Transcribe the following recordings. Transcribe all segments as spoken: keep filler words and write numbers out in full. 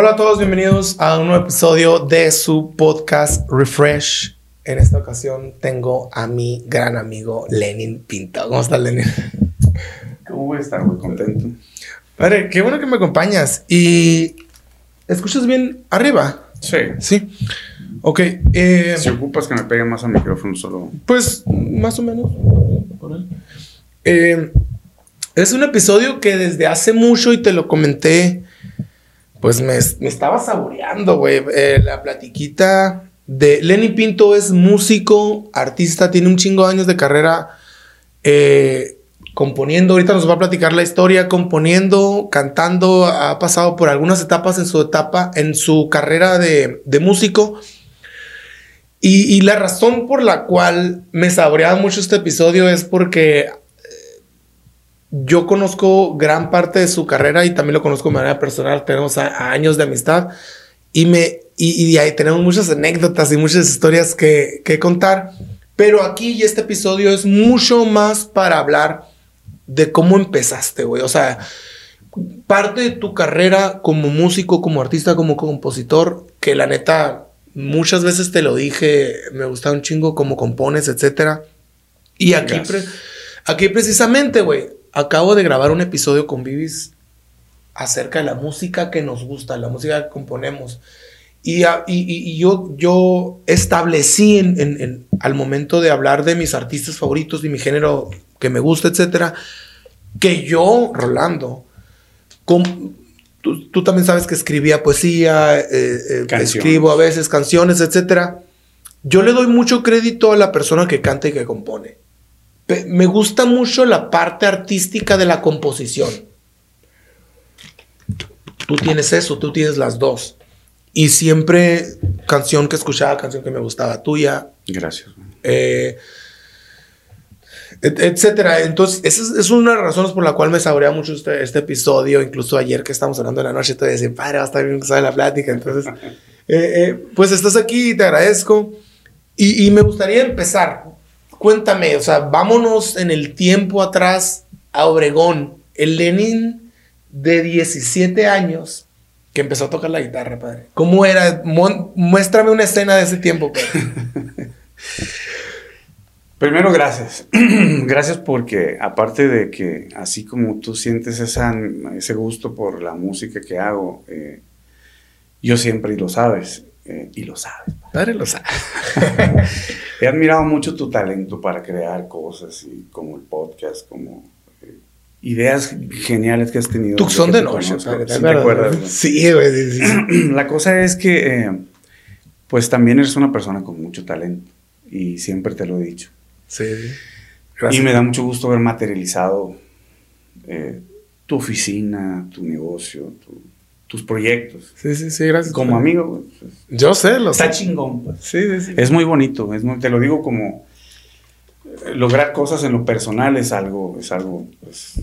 Hola a todos, bienvenidos a un nuevo episodio de su podcast Refresh. En esta ocasión tengo a mi gran amigo Lenin Pinto. ¿Cómo estás, Lenin? ¿Cómo voy a estar? Muy contento. Padre, qué bueno que me acompañas. ¿Y escuchas bien arriba? Sí. Sí. Ok. Eh, si ocupas que me pegue más al micrófono solo... Pues, más o menos. Por ahí. Eh, es un episodio que desde hace mucho, y te lo comenté, pues me, me estaba saboreando, güey. Eh, la platiquita de Lenin Pinto es músico, artista, tiene un chingo de años de carrera eh, componiendo. Ahorita nos va a platicar la historia, componiendo, cantando. Ha pasado por algunas etapas en su etapa, en su carrera de, de músico. Y, y la razón por la cual me saboreaba mucho este episodio es porque yo conozco gran parte de su carrera y también lo conozco de manera personal. Tenemos a, a años de amistad y, me, y, y ahí tenemos muchas anécdotas y muchas historias que, que contar. Pero aquí y este episodio es mucho más para hablar de cómo empezaste, güey. O sea, parte de tu carrera como músico, como artista, como compositor, que la neta, muchas veces te lo dije, me gusta un chingo cómo compones, etcétera. Y aquí, pre- aquí precisamente, güey, acabo de grabar un episodio con Vivis acerca de la música que nos gusta, la música que componemos. Y, a, y, y yo, yo establecí en, en, en, al momento de hablar de mis artistas favoritos y mi género que me gusta, etcétera, que yo, Rolando, con, tú, tú también sabes que escribía poesía, eh, eh, escribo a veces canciones, etcétera. Yo le doy mucho crédito a la persona que canta y que compone. Me gusta mucho la parte artística de la composición. Tú tienes eso, tú tienes las dos. Y siempre canción que escuchaba, canción que me gustaba tuya. Gracias. Eh, et, etcétera. Entonces, esa es, es una de las razones por la cual me saborea mucho este, este episodio. Incluso ayer que estábamos hablando de la noche, te decía, padre, va a estar bien que sabe la plática. Entonces, eh, eh, pues estás aquí, te agradezco. Y, y me gustaría empezar. Cuéntame, o sea, vámonos en el tiempo atrás a Obregón. El Lenin de diecisiete años que empezó a tocar la guitarra, padre. ¿Cómo era? Mu- muéstrame una escena de ese tiempo, padre. Primero, gracias. Gracias porque, aparte de que, así como tú sientes esa, ese gusto por la música que hago, eh, yo siempre, y lo sabes, eh, y lo sabes. Padre, lo sabe. He admirado mucho tu talento para crear cosas, y como el podcast, como eh, ideas geniales que has tenido. Tucson de noche, padre, ¿Sí te acuerdas? Sí, güey. Sí, sí. La cosa es que, eh, pues también eres una persona con mucho talento, y siempre te lo he dicho. Sí. Gracias. Y me da mucho gusto ver materializado eh, tu oficina, tu negocio, tu, tus proyectos. Sí, sí, sí, gracias. Como padre. Amigo, pues, yo sé, lo está sé. chingón. Pues. Sí, sí, sí. Es muy bonito, es muy, te lo digo como eh, lograr cosas en lo personal es algo, es algo pues,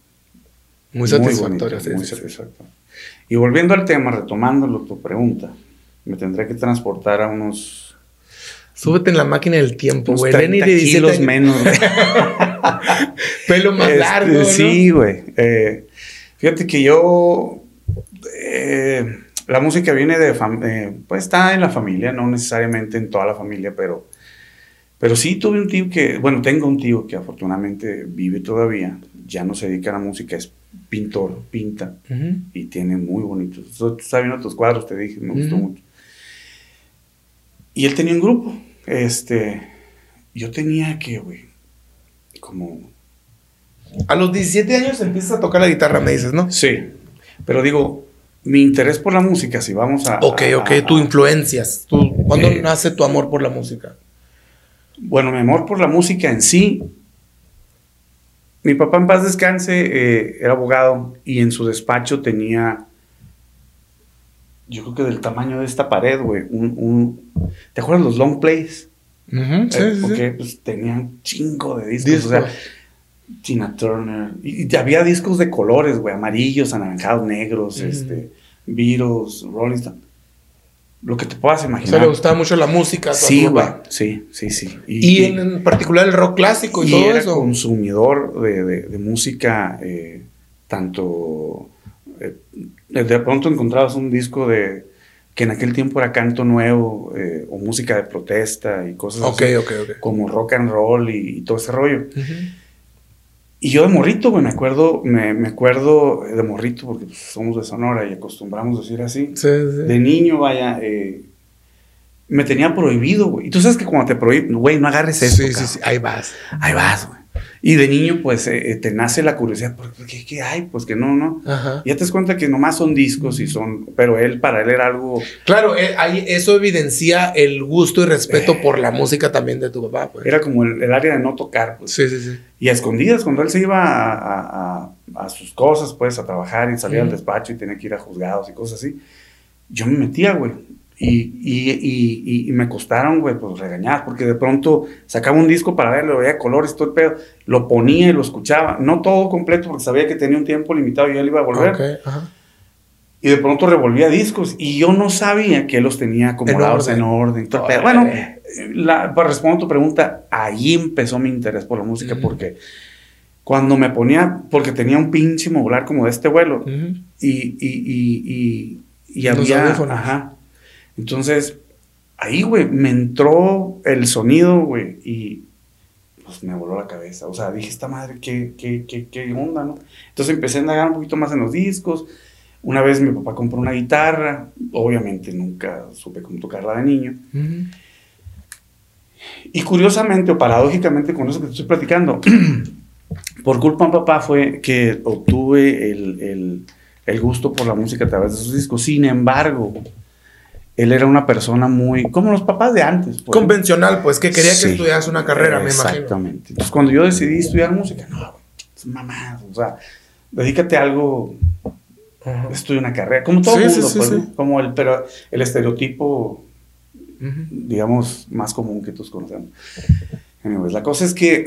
muy satisfactorio. Muy, bonito, sí, muy sí, satisfactorio. Sí. Y volviendo al tema, retomándolo tu pregunta, me tendré que transportar a unos... Súbete en la máquina del tiempo, güey. treinta kilos menos, güey. Pelo más este, largo, ¿no? Sí, güey. Eh, fíjate que yo... Eh, la música viene de... Fam- eh, pues está en la familia, no necesariamente en toda la familia, pero... Pero sí tuve un tío que... Bueno, tengo un tío que afortunadamente vive todavía. Ya no se dedica a la música, es pintor, pinta. Uh-huh. Y tiene muy bonitos... Tú estás viendo tus cuadros, te dije, me uh-huh. gustó mucho. Y él tenía un grupo. Este... Yo tenía que, güey... Como... A los diecisiete años empiezas a tocar la guitarra, me dices, ¿no? Sí. Pero digo, mi interés por la música, si vamos a... Ok, a, ok, a, tu influencias. Tu, ¿Cuándo eh, nace tu amor por la música? Bueno, mi amor por la música en sí... Mi papá, en paz descanse, eh, era abogado y en su despacho tenía... Yo creo que del tamaño de esta pared, güey. Un, un, ¿te acuerdas los long plays? Uh-huh, sí, eh, sí, porque sí. Pues, tenían chingo de discos. Disco. O sea, Tina Turner. Y, y había discos de colores, güey. Amarillos, anaranjados, negros, uh-huh. este, Beatles, Rolling Stones. Lo que te puedas imaginar. O sea, le gustaba mucho la música. Sí, güey. Sí, sí, sí. Y, y en, en particular el rock clásico y, y todo era eso. Consumidor de, de, de música, eh, tanto eh, de pronto encontrabas un disco de que en aquel tiempo era canto nuevo eh, o música de protesta y cosas okay, así, okay, okay. como rock and roll y, y todo ese rollo. Uh-huh. Y yo de morrito, güey, me acuerdo, me, me acuerdo de morrito, porque pues, somos de Sonora y acostumbramos a decir así. Sí, sí. De niño, vaya, eh, me tenía prohibido, güey. Y tú sabes que cuando te prohíben, güey, no agarres esto, sí, sí, sí, ahí vas. Ahí vas, güey. Y de niño, pues, eh, te nace la curiosidad, ¿qué, ¿qué hay? Pues que no, no. Ajá. Y ya te das cuenta que nomás son discos y son, pero él, para él era algo... Claro, eh, ahí eso evidencia el gusto y respeto eh, por la música también de tu papá, pues. Era como el, el área de no tocar, pues. Sí, sí, sí. Y a escondidas, cuando él se iba a, a, a, a sus cosas, pues, a trabajar y salía mm. al despacho y tenía que ir a juzgados y cosas así, yo me metía, güey. Y, y, y, y me costaron, güey, pues regañar, porque de pronto sacaba un disco para verlo, veía colores, todo el pedo, lo ponía y lo escuchaba, no todo completo, porque sabía que tenía un tiempo limitado y ya le iba a volver. Okay, ajá. Y de pronto revolvía discos y yo no sabía que él los tenía acomodados en orden. En orden todo el pedo. Bueno, la, para responder a tu pregunta, ahí empezó mi interés por la música, uh-huh. porque cuando me ponía, porque tenía un pinche modular como de este vuelo, uh-huh. y, y, y, y, y había... Ajá. Entonces, ahí, güey, me entró el sonido, güey, y pues me voló la cabeza. O sea, dije, esta madre, ¿qué, qué, qué, qué onda, no? Entonces empecé a indagar un poquito más en los discos. Una vez mi papá compró una guitarra. Obviamente nunca supe cómo tocarla de niño. Uh-huh. Y curiosamente o paradójicamente con eso que te estoy platicando, por culpa de papá fue que obtuve el, el, el gusto por la música a través de sus discos. Sin embargo... él era una persona muy... como los papás de antes. Pues. Convencional, pues, que quería sí, que estudiaras una carrera, me imagino. Exactamente. Entonces, cuando yo decidí estudiar música, no, es mamá, o sea, dedícate a algo, uh-huh. estudia una carrera, como todo el sí, mundo, sí, pues, sí, sí. como el, pero el estereotipo, uh-huh. digamos, más común que todos conocemos. Anyways, la cosa es que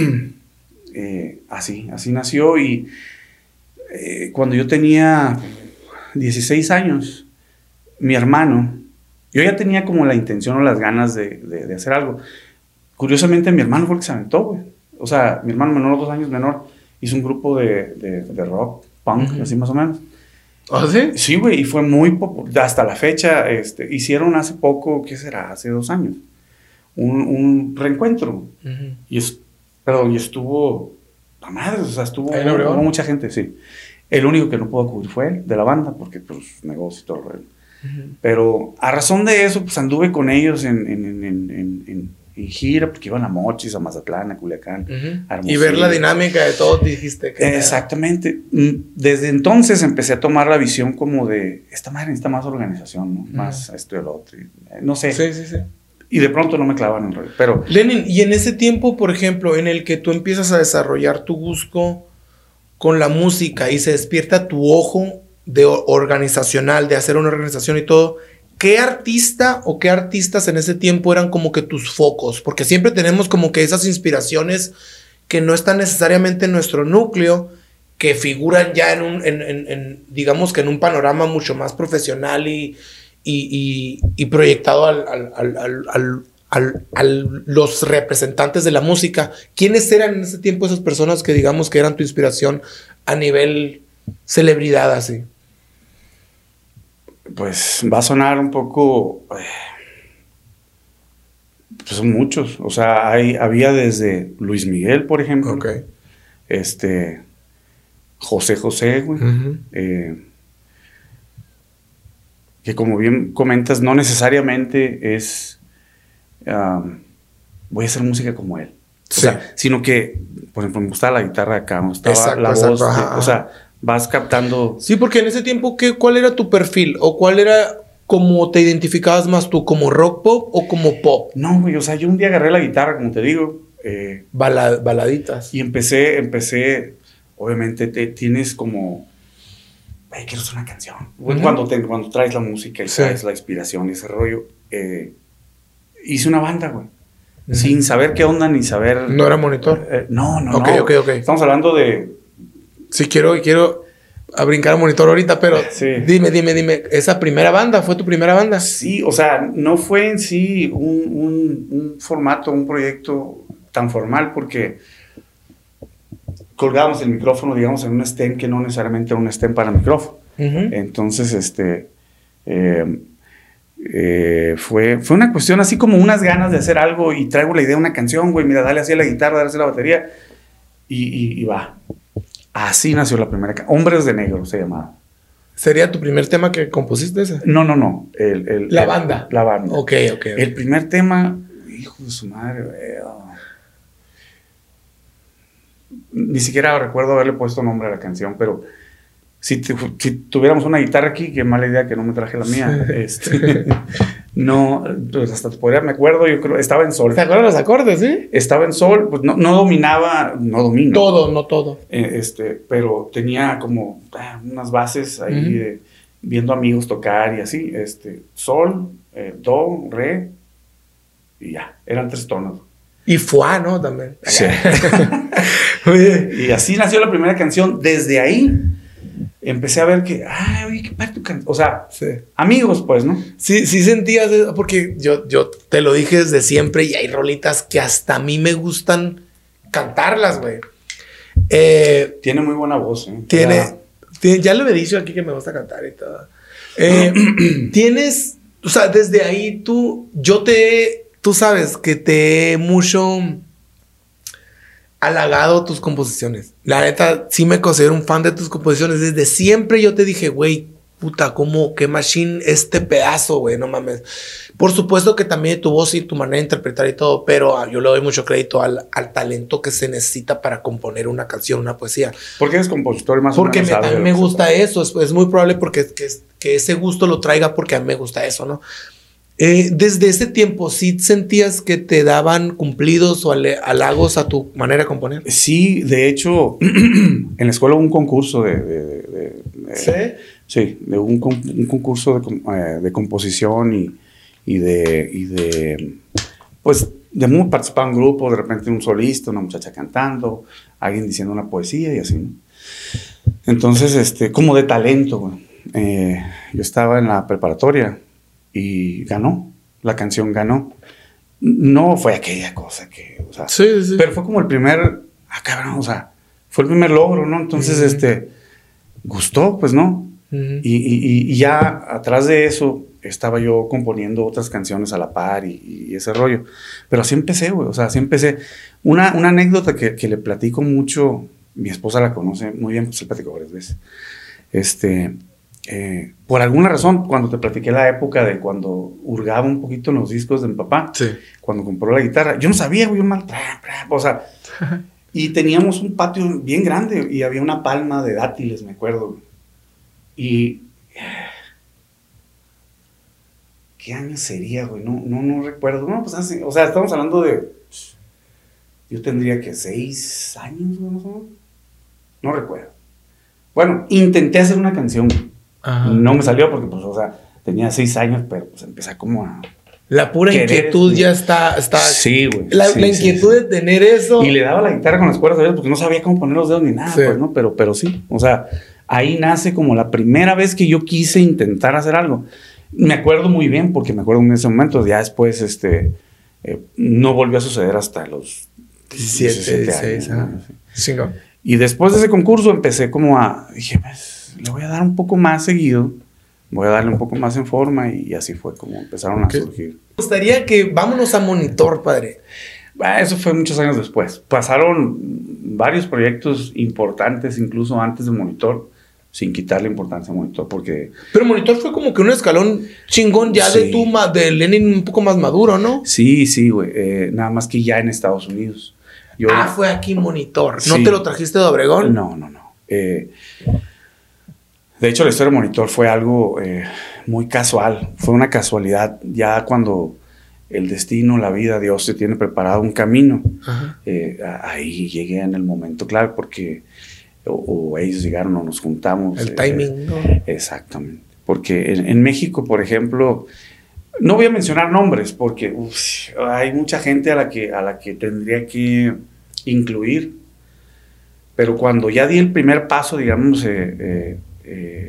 eh, así, así nació y eh, cuando yo tenía dieciséis años, mi hermano, yo ya tenía como la intención o las ganas de, de, de hacer algo. Curiosamente, mi hermano fue el que se aventó, güey. O sea, mi hermano menor, dos años menor, hizo un grupo de, de, de rock, punk, uh-huh. así más o menos. ¿Ah, sí? Sí, güey, y fue muy popular. Hasta la fecha, este, hicieron hace poco, ¿qué será? Hace dos años. Un, un reencuentro. Uh-huh. Y es, perdón, y estuvo, la madre, o sea, estuvo, hubo mucha gente, sí. El único que no pudo acudir fue él, de la banda, porque, pues, negocio y todo el rollo. Uh-huh. Pero a razón de eso, pues anduve con ellos en, en, en, en, en, en gira, porque iban a Mochis, a Mazatlán, a Culiacán. Uh-huh. A y ver la dinámica de todo, dijiste. Que exactamente. Desde entonces empecé a tomar la visión como de, esta madre necesita más organización, ¿no? Uh-huh. Más esto y el otro. Y, no sé. Sí, sí, sí. Y de pronto no me clavan en el rollo. Pero, Lenin, y en ese tiempo, por ejemplo, en el que tú empiezas a desarrollar tu gusto con la música y se despierta tu ojo de organizacional, de hacer una organización y todo, ¿qué artista o qué artistas en ese tiempo eran como que tus focos? Porque siempre tenemos como que esas inspiraciones que no están necesariamente en nuestro núcleo, que figuran ya en un, en, en, en, digamos que en un panorama mucho más profesional y, y, y, y proyectado al, al, al, al, al, al, al los representantes de la música. ¿Quiénes eran en ese tiempo esas personas que digamos que eran tu inspiración a nivel celebridad así? Pues va a sonar un poco, eh, pues son muchos, o sea, hay, había desde Luis Miguel, por ejemplo, okay. este, José José, güey, uh-huh. eh, que como bien comentas, no necesariamente es, um, voy a hacer música como él, sí. o sea, sino que, por ejemplo, me gustaba la guitarra acá, me gustaba exacto, la exacto, voz, ajá, de, o sea, vas captando... Sí, porque en ese tiempo, ¿qué, ¿cuál era tu perfil? ¿O cuál era como te identificabas más tú? ¿Como rock pop o como pop? No, güey, o sea, yo un día agarré la guitarra, como te digo. Eh, Balad, baladitas. Y empecé, empecé, obviamente te, tienes como... Ay, quiero hacer una canción. Uh-huh. Cuando, te, cuando traes la música y sí. traes la inspiración y ese rollo, eh, hice una banda, güey. Uh-huh. Sin saber qué onda, ni saber... ¿No era monitor? Eh, no, no, okay, no. Ok, ok, ok. Estamos hablando de... Sí, quiero, quiero a brincar al monitor ahorita, pero sí. dime, dime, dime, ¿esa primera banda fue tu primera banda? Sí, o sea, no fue en sí un, un, un formato, un proyecto tan formal, porque colgábamos el micrófono, digamos, en un stand que no necesariamente era un stand para micrófono. Uh-huh. Entonces, este, eh, eh, fue, fue una cuestión así como unas ganas de hacer algo y traigo la idea de una canción, güey, mira, dale así a la guitarra, dale así a la batería y, y, y va. Así nació la primera canción. Hombres de Negro se llamaba. ¿Sería tu primer tema que compusiste ese? No, no, no. El, el, la el, banda. La banda. Ok, ok. okay. El primer tema, hijo de su madre, güey. Oh. Ni siquiera recuerdo haberle puesto nombre a la canción, pero si, te, si tuviéramos una guitarra aquí, qué mala idea que no me traje la mía. este, no, pues hasta podría, me acuerdo, yo creo, estaba en sol. ¿Te acuerdas los acordes, sí? Estaba en sol, pues no, no dominaba, no domino. Todo, no todo. Eh, este, pero tenía como ah, unas bases ahí uh-huh. de, viendo amigos tocar y así. Este, sol, eh, do, re, y ya, eran tres tonos. Y fuá, ¿no? También. Sí. Y así nació la primera canción. Desde ahí empecé a ver que, ay, oye, qué padre tu canción. O sea, sí. Amigos, pues, ¿no? Sí, sí sentías eso, porque yo, yo te lo dije desde siempre y hay rolitas que hasta a mí me gustan cantarlas, güey. Eh, tiene muy buena voz, ¿eh? Tiene, ya. tiene, ya lo he dicho aquí que me gusta cantar y todo. Eh, tienes, o sea, desde ahí tú, yo te, tú sabes que te he mucho halagado tus composiciones. La neta, sí me considero un fan de tus composiciones. Desde siempre yo te dije, güey, puta, ¿cómo? ¿Qué machine este pedazo, güey? No mames. Por supuesto que también tu voz y tu manera de interpretar y todo, pero uh, yo le doy mucho crédito al, al talento que se necesita para componer una canción, una poesía. ¿Por qué eres compositor y más porque o menos? Porque a mí me gusta eso. Es, es muy probable porque que, que ese gusto lo traiga porque a mí me gusta eso, ¿no? Eh, desde ese tiempo, ¿sí sentías que te daban cumplidos o halagos a tu manera de componer? Sí, de hecho, en la escuela hubo un concurso de... de, de, de ¿Sí? Sí, de un, un concurso de, eh, de composición y, y, de, y de... Pues, de muy participar en un grupo, de repente un solista, una muchacha cantando, alguien diciendo una poesía y así, ¿no? Entonces, este, como de talento, eh, yo estaba en la preparatoria y ganó, la canción ganó. No fue aquella cosa que, o sea, sí, sí. Pero fue como el primer, ah, cabrón, o sea, fue el primer logro, ¿no? Entonces, uh-huh. este, gustó, pues, ¿no? Uh-huh. y, y, y ya atrás de eso estaba yo componiendo otras canciones a la par y, y ese rollo. Pero así empecé, güey, o sea, así empecé. Una, una anécdota que, que le platico mucho, mi esposa la conoce muy bien, pues se platicó varias veces. Este... Eh, por alguna razón, cuando te platiqué la época de cuando hurgaba un poquito en los discos de mi papá, sí. Cuando compró la guitarra, yo no sabía, güey, mal, o sea, y teníamos un patio bien grande y había una palma de dátiles, me acuerdo, güey. Y ¿qué año sería, güey? No, no, no recuerdo. No, pues hace, o sea, estamos hablando de, yo tendría que seis años, güey, más o menos. No recuerdo. Bueno, intenté hacer una canción, güey. Ajá. No me salió porque, pues, o sea, tenía seis años, pero pues empecé como a... La pura inquietud ya está... está sí, güey. La, sí, la inquietud sí, de tener eso... Y le daba la guitarra con las cuerdas, ¿sabes? Porque no sabía cómo poner los dedos ni nada, sí. Pues, ¿no? Pero, pero sí, o sea, ahí nace como la primera vez que yo quise intentar hacer algo. Me acuerdo muy bien, porque me acuerdo en ese momento, ya después, este... Eh, no volvió a suceder hasta los... diecisiete, dieciséis, años, ¿no? Sí. Y después de ese concurso empecé como a... Dije, pues... le voy a dar un poco más seguido, voy a darle un poco más en forma y así fue como empezaron a okay. surgir. Me gustaría que vámonos a Monitor, padre. Eso fue muchos años después. Pasaron varios proyectos importantes, incluso antes de Monitor, sin quitarle importancia a Monitor, porque... Pero Monitor fue como que un escalón chingón ya sí. de tu, de Lenin un poco más maduro, ¿no? Sí, sí, güey. Eh, nada más que ya en Estados Unidos. Yo, ah, fue aquí Monitor. ¿No sí. te lo trajiste de Obregón? No, no, no. Eh... De hecho, la historia de Monitor fue algo eh, muy casual. Fue una casualidad. Ya cuando el destino, la vida, Dios te tiene preparado un camino, eh, ahí llegué en el momento clave porque o, o ellos llegaron o nos juntamos. El eh, timing, ¿no? Exactamente. Porque en, en México, por ejemplo, no voy a mencionar nombres porque uf, hay mucha gente a la que, a la que tendría que incluir. Pero cuando ya di el primer paso, digamos... Eh, eh, Eh,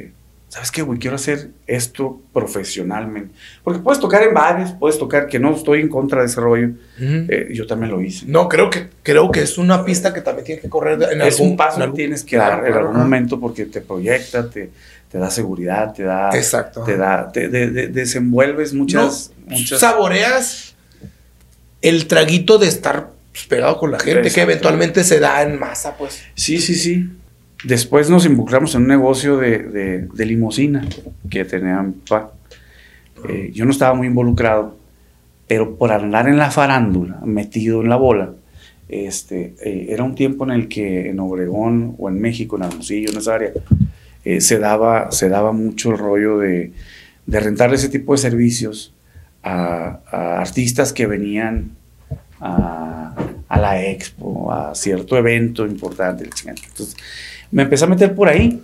¿sabes qué, güey? Quiero hacer esto profesionalmente. Porque puedes tocar en bares, puedes tocar, que no estoy en contra de ese rollo. Uh-huh. eh, yo también lo hice. No, creo que, creo que es una pista que también tienes que correr. En es algún, un paso en algún, que tienes que dar en algún momento porque te proyecta, te, te da seguridad, te da... Exacto. Te da, te de, de, desenvuelves muchas, no, muchas... Saboreas el traguito de estar pues, pegado con la gente, exacto, que eventualmente se da en masa, pues. Sí, sí, sí. Después nos involucramos en un negocio de, de, de limusina que tenía mi papá. Eh, yo no estaba muy involucrado, pero por andar en la farándula, metido en la bola, este, eh, era un tiempo en el que en Obregón o en México, en Hermosillo, en esa área, eh, se, daba, se daba mucho el rollo de, de rentar ese tipo de servicios a, a artistas que venían a, a la expo, a cierto evento importante. Entonces, me empecé a meter por ahí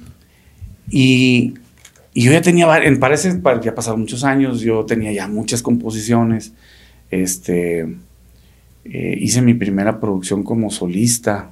y, y yo ya tenía, en parece, ya pasaron muchos años, yo tenía ya muchas composiciones, este, eh, hice mi primera producción como solista,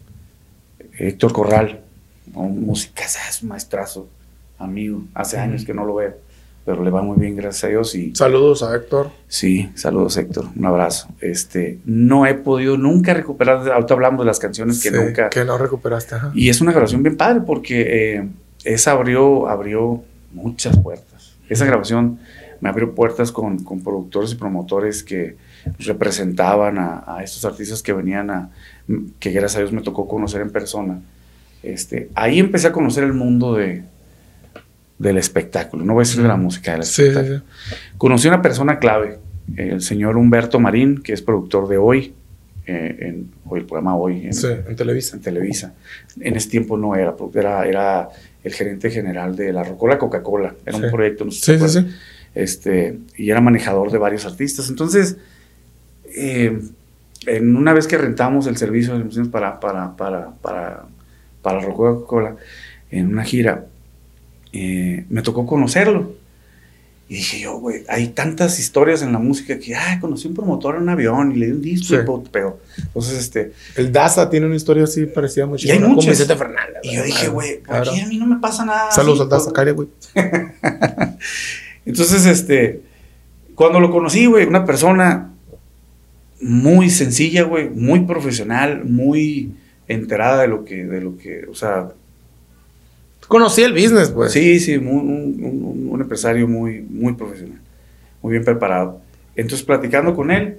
Héctor Corral, un musicazazo, maestrazo, amigo, hace uh-huh. años que no lo veo, pero le va muy bien, gracias a Dios. Y, saludos a Héctor. Sí, saludos Héctor, un abrazo. Este, no he podido nunca recuperar, ahorita hablamos de las canciones que sí, nunca... que no recuperaste. Ajá. Y es una grabación bien padre porque eh, esa abrió, abrió muchas puertas. Esa grabación me abrió puertas con, con productores y promotores que representaban a, a estos artistas que venían a... que gracias a Dios me tocó conocer en persona. Este, ahí empecé a conocer el mundo de... del espectáculo, no voy a decir de la música, del espectáculo. Sí, sí, sí. Conocí a una persona clave, el señor Humberto Marín, que es productor de Hoy, eh, en, hoy el programa Hoy. En, sí, en Televisa. En Televisa. En ese tiempo no era, era, era el gerente general de la Rocola Coca-Cola, era sí. un proyecto, no sé sí, sí, sí. Este, y era manejador de varios artistas. Entonces, eh, en una vez que rentamos el servicio de limusinas para, para, para, para, para la Rocola Coca-Cola, en una gira, Eh, me tocó conocerlo y dije yo, güey, hay tantas historias en la música que, ah, conocí un promotor en un avión y le di un disco, sí. y pero entonces este el Daza tiene una historia así parecida mucho y hay muchas, con Vicente Fernández, y yo dije, güey, ¿por qué a mí no me pasa nada? Saludos al Daza, Cari, güey. Entonces este cuando lo conocí, güey, una persona muy sencilla, güey, muy profesional, muy enterada de lo que, de lo que, o sea, conocí el business, pues. Sí, sí, muy, un, un, un empresario muy, muy profesional, muy bien preparado. Entonces, platicando con él,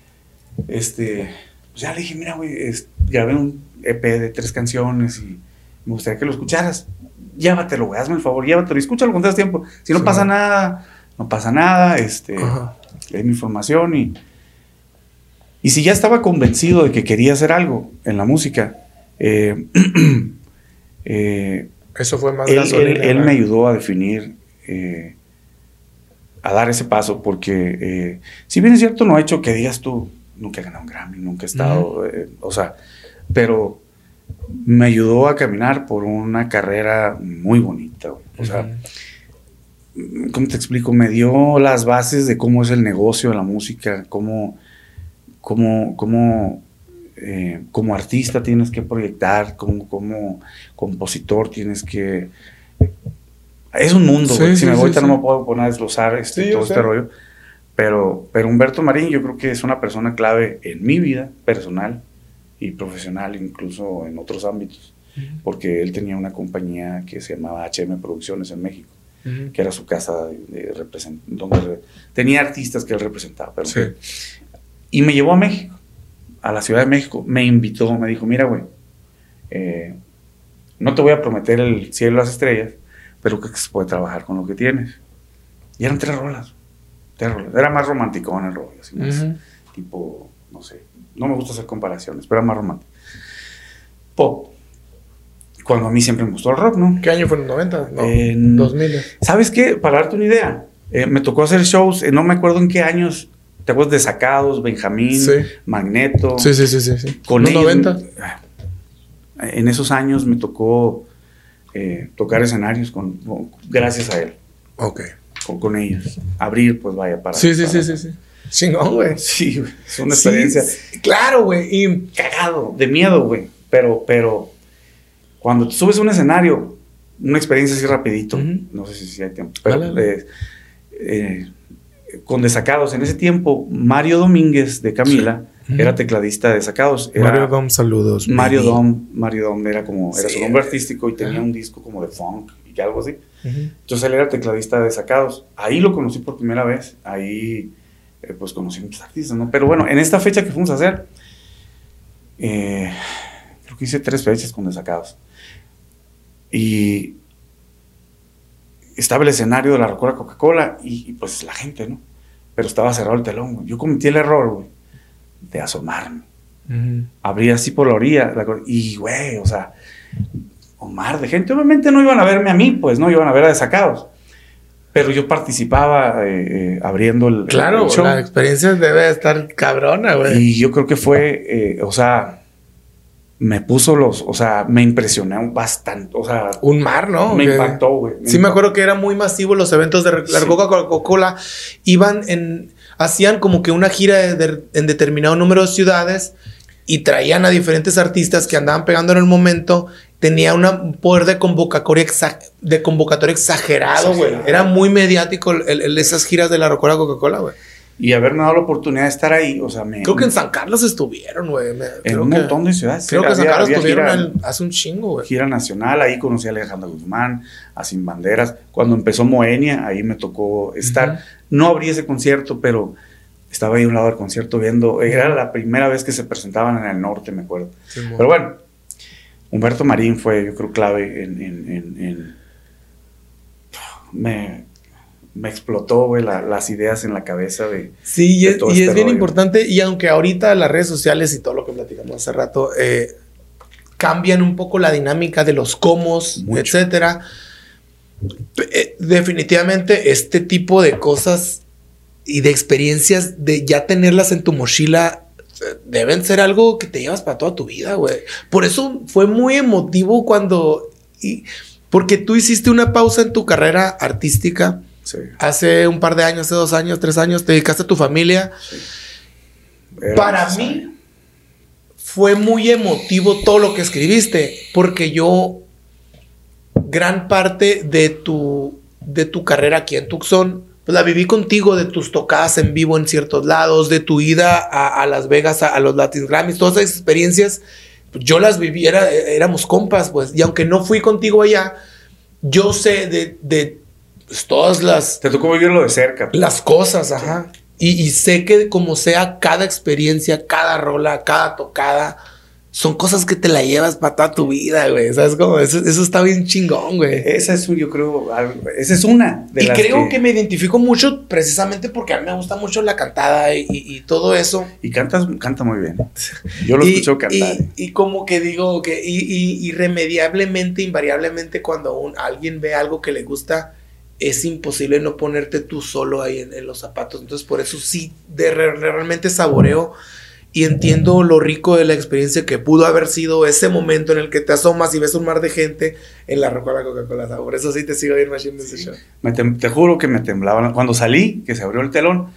este, pues ya le dije, mira, güey, grabé un E P de tres canciones y me gustaría que lo escucharas. Llévatelo, güey, hazme el favor, llévatelo y escúchalo con das tiempo. Si no sí. pasa nada, no pasa nada, este, es mi información y... Y si ya estaba convencido de que quería hacer algo en la música, eh, eh, eso fue más él, gasolina, él, él me ayudó a definir, eh, a dar ese paso, porque eh, si bien es cierto, no he hecho que digas tú, nunca he ganado un Grammy, nunca he estado, uh-huh. eh, o sea, pero me ayudó a caminar por una carrera muy bonita, güey. O uh-huh. sea, ¿cómo te explico? Me dio las bases de cómo es el negocio de la música, cómo, cómo, cómo Eh, como artista tienes que proyectar, como, como compositor tienes que... Es un mundo, sí, sí, si me voy, sí, sí. no me puedo poner a desglosar este, sí, todo este sé. rollo, pero, pero Humberto Marín yo creo que es una persona clave en mi vida personal y profesional, incluso en otros ámbitos, uh-huh. porque él tenía una compañía que se llamaba H M Producciones en México, uh-huh. que era su casa de, de represent- donde tenía artistas que él representaba, pero sí. que, y me llevó a México, a la Ciudad de México, me invitó, me dijo, mira, güey, eh, no te voy a prometer el cielo y las estrellas, pero que se puede trabajar con lo que tienes. Y eran tres rolas, tres rolas. Era más romántico en el rollo, así más uh-huh. tipo, no sé, no me gusta hacer comparaciones, pero era más romántico. Pop. Cuando a mí siempre me gustó el rock, ¿no? ¿Qué año fue? ¿En los noventa? No, en dos mil. ¿Sabes qué? Para darte una idea, eh, me tocó hacer shows, eh, no me acuerdo en qué años. ¿Te acuerdas de Sacados, Benjamín, sí. Magneto? Sí, sí, sí, sí. sí. Con los ellos, noventa. En esos años me tocó eh, tocar escenarios con, con, gracias a él. Ok. Con, con ellos. Abrir, pues vaya, para... Sí, sí, para, sí, sí, sí. Chingón, güey. Sí, güey. Es una experiencia. Sí, claro, güey. Y cagado, de miedo, güey. Pero, pero, cuando te subes a un escenario, una experiencia así rapidito, Uh-huh. no sé si, si hay tiempo, pero Vale, vale. eh, eh, con Desacados, en ese tiempo, Mario Domínguez de Camila sí. uh-huh. era tecladista de Desacados. Era Mario Dom, saludos. Mario baby. Dom, Mario Dom era como, era Sí, su nombre artístico y tenía uh-huh. un disco como de funk y algo así. Uh-huh. Entonces él era tecladista de Desacados. Ahí lo conocí por primera vez, ahí eh, pues conocí muchos artistas, ¿no? Pero bueno, en esta fecha que fuimos a hacer, eh, creo que hice tres fechas con Desacados. Y estaba el escenario de la Rocola Coca-Cola y, y pues la gente, ¿no? Pero estaba cerrado el telón, güey. Yo cometí el error, güey, de asomarme. Uh-huh. Abrí así por la orilla la, y, güey, o sea, un mar de gente. Obviamente no iban a verme a mí, pues, no iban a ver a Desacados. Pero yo participaba eh, eh, abriendo el, claro, el show. La experiencia debe estar cabrona, güey. Y yo creo que fue, eh, o sea, me puso los, o sea, me impresionó bastante, o sea... Un mar, ¿no? Me que, impactó, güey. Sí, impactó. me acuerdo que era muy masivo los eventos de la Sí. Coca-Cola. Iban en... Hacían como que una gira de, de, en determinado número de ciudades y traían a diferentes artistas que andaban pegando en el momento. Tenía un poder de convocatoria, exa, de convocatoria exagerado, güey. Era muy mediático el, el, esas giras de la Rocola Coca-Cola, güey. Y haberme dado la oportunidad de estar ahí, o sea, me... Creo que en San Carlos estuvieron, güey. En un que, montón de ciudades. Creo sí, que en San Carlos había estuvieron gira, el, hace un chingo, güey. Gira nacional, ahí conocí a Alejandro Guzmán, a Sin Banderas. Cuando empezó Moenia, ahí me tocó estar. Uh-huh. No abrí ese concierto, pero estaba ahí a un lado del concierto viendo. Era la primera vez que se presentaban en el norte, me acuerdo. Sí, bueno. Pero bueno, Humberto Marín fue, yo creo, clave en... en, en, en me... me explotó, güey, la, las ideas en la cabeza de... Sí, y, de es, todo y este es bien rollo. Importante, y aunque ahorita las redes sociales y todo lo que platicamos hace rato eh, cambian un poco la dinámica de los comos, Mucho. etcétera, eh, definitivamente este tipo de cosas y de experiencias, de ya tenerlas en tu mochila, deben ser algo que te llevas para toda tu vida, güey. Por eso fue muy emotivo cuando... Y, porque tú hiciste una pausa en tu carrera artística. Sí. Hace un par de años, hace dos años, tres años, te dedicaste a tu familia. Sí. Para necesario. mí fue muy emotivo todo lo que escribiste, porque yo gran parte de tu, de tu carrera aquí en Tucson, pues la viví contigo, de tus tocadas en vivo en ciertos lados, de tu ida a, a Las Vegas, a, a los Latin Grammys, todas esas experiencias, pues yo las viví, era, éramos compas, pues, y aunque no fui contigo allá, yo sé de, de pues, todas las... Te tocó vivirlo de cerca. Las cosas, ajá. Y, y sé que como sea cada experiencia, cada rola, cada tocada, son cosas que te la llevas para toda tu vida, güey. ¿Sabes cómo? Eso, eso está bien chingón, güey. Esa es, yo creo, esa es una de y las creo que... que me identifico mucho precisamente porque a mí me gusta mucho la cantada y, y, y todo eso. Y cantas, canta muy bien. Yo lo y, escucho cantar. Y, y como que digo que y, y, irremediablemente, invariablemente, cuando un, alguien ve algo que le gusta, es imposible no ponerte tú solo ahí en, en los zapatos. Entonces, por eso sí, de, de, realmente saboreo y entiendo lo rico de la experiencia que pudo haber sido ese momento en el que te asomas y ves un mar de gente en la Rocola Coca-Cola. Por eso sí te sigo bien machine de ese show. Me tem- te juro que me temblaban. Cuando salí, que se abrió el telón,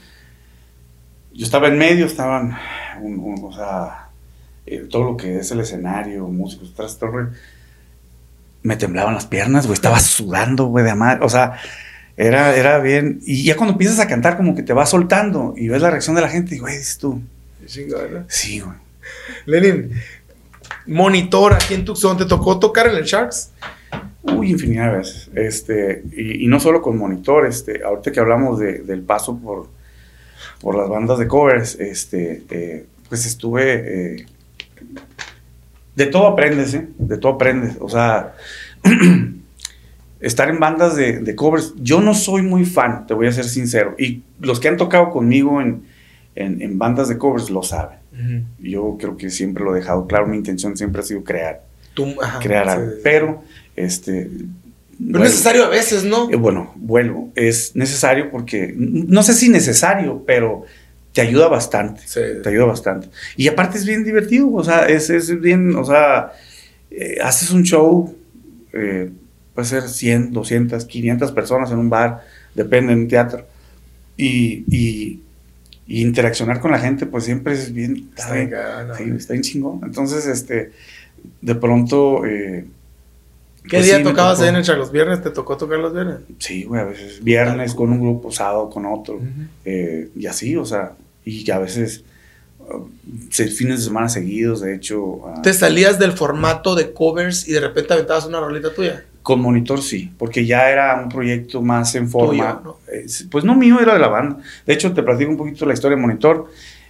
yo estaba en medio, estaban, un, un, o sea, eh, todo lo que es el escenario, músicos, tras todo, me temblaban las piernas, güey, estaba sudando, güey, de amar, o sea, era, era bien. Y ya cuando empiezas a cantar, como que te vas soltando y ves la reacción de la gente, y güey, dices tú. Chingada. Sí, güey. Lenin, monitor aquí en Tucson, ¿te tocó tocar en el Sharks? Uy, infinidad de veces. Este, y, y no solo con monitor, este, ahorita que hablamos de, del paso por, por las bandas de covers, este, eh, pues estuve... Eh, de todo aprendes, ¿eh? De todo aprendes. O sea, estar en bandas de, de covers, yo no soy muy fan, te voy a ser sincero. Y los que han tocado conmigo en... En, en bandas de covers lo saben. Uh-huh. Yo creo que siempre lo he dejado claro. Mi intención siempre ha sido crear. Tú, ajá, crear sí, algo. Sí. Pero, este... Pero es necesario a veces, ¿no? Eh, bueno, vuelvo. Es necesario porque... No sé si necesario, pero te ayuda bastante. Sí. Te ayuda bastante. Y aparte es bien divertido. O sea, es, es bien... O sea, eh, haces un show... Eh, puede ser cien, doscientas, quinientas personas en un bar. Depende, en un teatro. Y... y Y interaccionar con la gente, pues siempre es bien... Está bien, no, sí, está bien chingón. Entonces, este, de pronto, eh, ¿Qué pues día sí, me tocabas tocó. ahí en el Char? ¿Los viernes? ¿Te tocó tocar los viernes? Sí, güey, a veces viernes con un grupo, sábado con otro, Ujú. eh, y así, o sea, y a veces uh, se- fines de semana seguidos, de hecho. uh, ¿Te salías del formato de covers y de repente aventabas una rolita tuya? Con Monitor sí, porque ya era un proyecto más en forma. Tuyo, ¿no? eh, pues no mío, era de la banda. De hecho, te platico un poquito la historia de Monitor.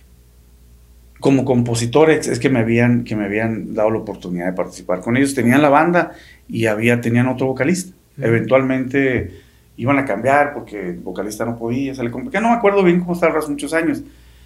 Como compositor es, es que me habían que me habían dado la oportunidad de participar con ellos. Tenían la banda y había tenían otro vocalista. Ujú. Eventualmente iban a cambiar porque el vocalista no podía, se le complicaba. No me acuerdo bien cómo estaba hace muchos años.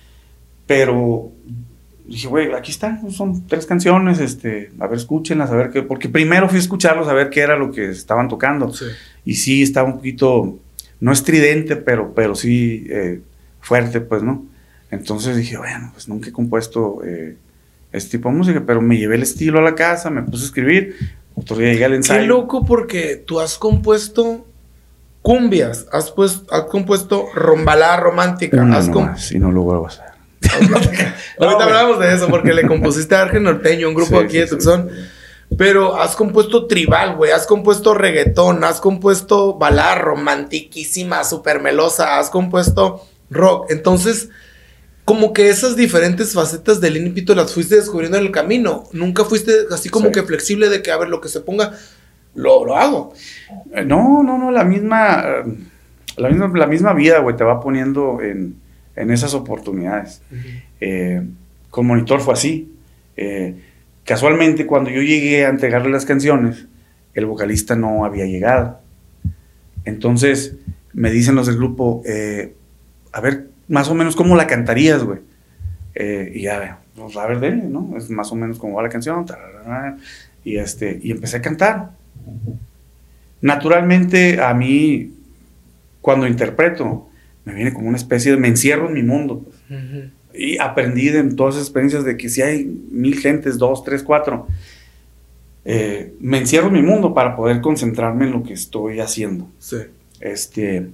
Pero dije, güey, aquí están, son tres canciones, este, a ver, escúchenlas, a ver qué, porque primero fui a escucharlos, a ver qué era lo que estaban tocando. Sí. Y sí, estaba un poquito, no estridente, pero, pero sí eh, fuerte, pues, ¿no? Entonces dije, bueno, pues nunca he compuesto eh, este tipo de música, pero me llevé el estilo a la casa, me puse a escribir, otro día llegué al ensayo. Qué loco, porque tú has compuesto cumbias, has, pues, has compuesto rombalada romántica. Una has com- nomás, y no lo vuelvo a hacer. Ahorita No, güey. hablamos de eso, porque le compusiste a Argen Norteño, un grupo Sí, aquí sí, de sí, Tucson. sí. Pero has compuesto tribal, güey. Has compuesto reggaetón. Has compuesto balada romantiquísima, súper melosa. Has compuesto rock. Entonces, como que esas diferentes facetas del ímpetu las fuiste descubriendo en el camino. Nunca fuiste así como Sí. que flexible de que, a ver, lo que se ponga, lo, lo hago. Eh, No, no, no, la misma, eh, la misma, la misma vida, güey, te va poniendo en, en esas oportunidades. Eh, con Monitor fue así. Eh, casualmente, cuando yo llegué a entregarle las canciones, el vocalista no había llegado. Entonces, me dicen los del grupo, eh, a ver, más o menos, ¿cómo la cantarías, güey? Eh, y ya, pues, a ver, denle, ¿no? Es más o menos como va la canción. Tararara, y, este, y empecé a cantar. Naturalmente, a mí, cuando interpreto, me viene como una especie de, me encierro en mi mundo, pues. Ujú. Y aprendí de todas esas experiencias de que si hay mil gentes, dos, tres, cuatro, eh, me encierro en mi mundo para poder concentrarme en lo que estoy haciendo. Sí. Este,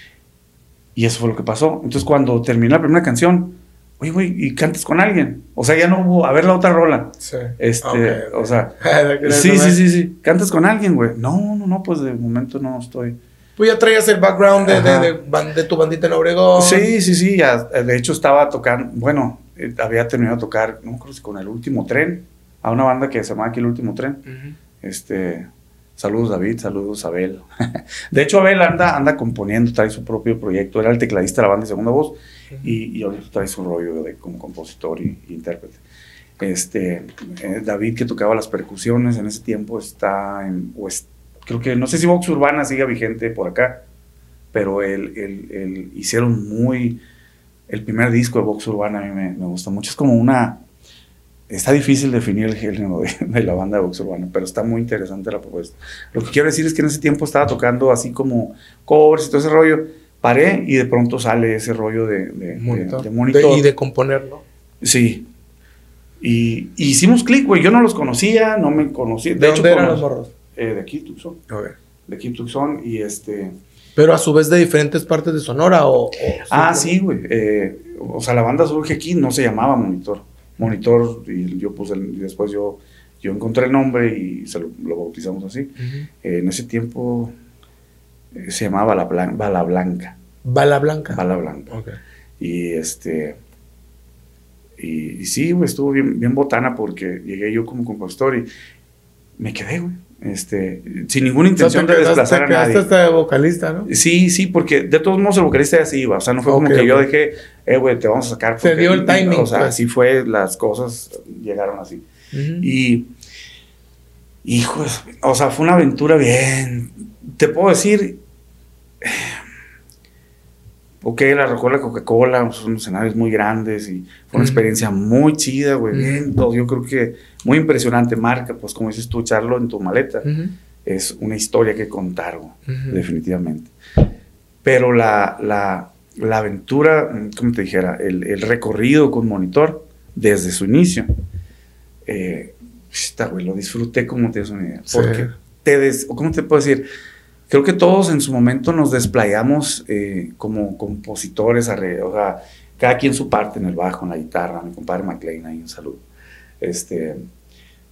y eso fue lo que pasó. Entonces, cuando terminé la primera canción, oye, güey, ¿y cantas con alguien? O sea, ya no hubo, a ver la otra rola. Sí. Este, Ok, ok. o sea, Era sí, eso, sí, ¿no? sí, sí. ¿Cantas con alguien, güey? No, no, no, pues de momento no estoy. Pues ya traías el background de, de, Ajá. de, ban- de tu bandita en Obregón. Sí, sí, sí, ya, de hecho estaba tocando, bueno, eh, había terminado de tocar, no me acuerdo si con El Último Tren, a una banda que se llamaba aquí El Último Tren. Ujú. Este, saludos David, saludos Abel. De hecho, Abel anda, anda componiendo, trae su propio proyecto, era el tecladista de la banda de Segunda Voz, y, y ahorita trae su rollo de, como compositor y, y intérprete. Este, eh, David, que tocaba las percusiones en ese tiempo, está en, o es- creo que, no sé si Vox Urbana siga vigente por acá, pero el, el, el- hicieron muy, el primer disco de Vox Urbana a mí me, me gusta mucho, es como una, está difícil definir el género de, de la banda de Vox Urbana, pero está muy interesante la propuesta. Lo que quiero decir es que en ese tiempo estaba tocando así como covers y todo ese rollo, paré y de pronto sale ese rollo de, de, Monitor. de, de Monitor. De- y de componerlo. Sí. Y, y hicimos clic, güey. Yo no los conocía, no me conocía. ¿De, dónde eran cono- los morros? Eh, de aquí, Tucson. Okay. De aquí, Tucson. Y este. Pero a su vez de diferentes partes de Sonora o... o Ah, simplemente- sí, güey. Eh, o sea, la banda surge aquí, no se llamaba Monitor. Monitor, y yo puse el, y después yo, yo encontré el nombre y se lo, lo bautizamos así. Ujú. Eh, en ese tiempo eh, se llamaba Bala, Blan- Bala Blanca. Bala Blanca. Bala Blanca. Ok. Y este. Y, y sí, güey, estuvo bien, bien botana porque llegué yo como compositor y me quedé, güey. Este, sin ninguna intención O sea, te de quedaste- desplazar a te quedaste nadie. hasta de vocalista, ¿no? Sí, sí, porque de todos modos el vocalista ya se iba. O sea, no fue como Ok, que ok. yo dejé, eh, güey, te vamos a sacar. Se dio el timing, O sea, pues. así fue, las cosas llegaron así. Ujú. Y, hijos, o sea, fue una aventura bien. Te puedo decir, ok, la recuerdo la Coca-Cola, son escenarios muy grandes y fue una Ujú. experiencia muy chida, güey. Ujú. Bien, todo, yo creo que muy impresionante. Marca, pues como dices tú, echarlo en tu maleta. Ujú. Es una historia que contar, güey, Ujú. definitivamente. Pero la, la, la aventura, como te dijera, el, el recorrido con Monitor, desde su inicio, eh, está, güey, lo disfruté como te das una idea. Sí. Porque te des, ¿cómo te puedo decir? Creo que todos en su momento nos desplayamos eh, como compositores, arre- o sea, cada quien su parte en el bajo, en la guitarra, mi compadre McLean ahí, un saludo. Este,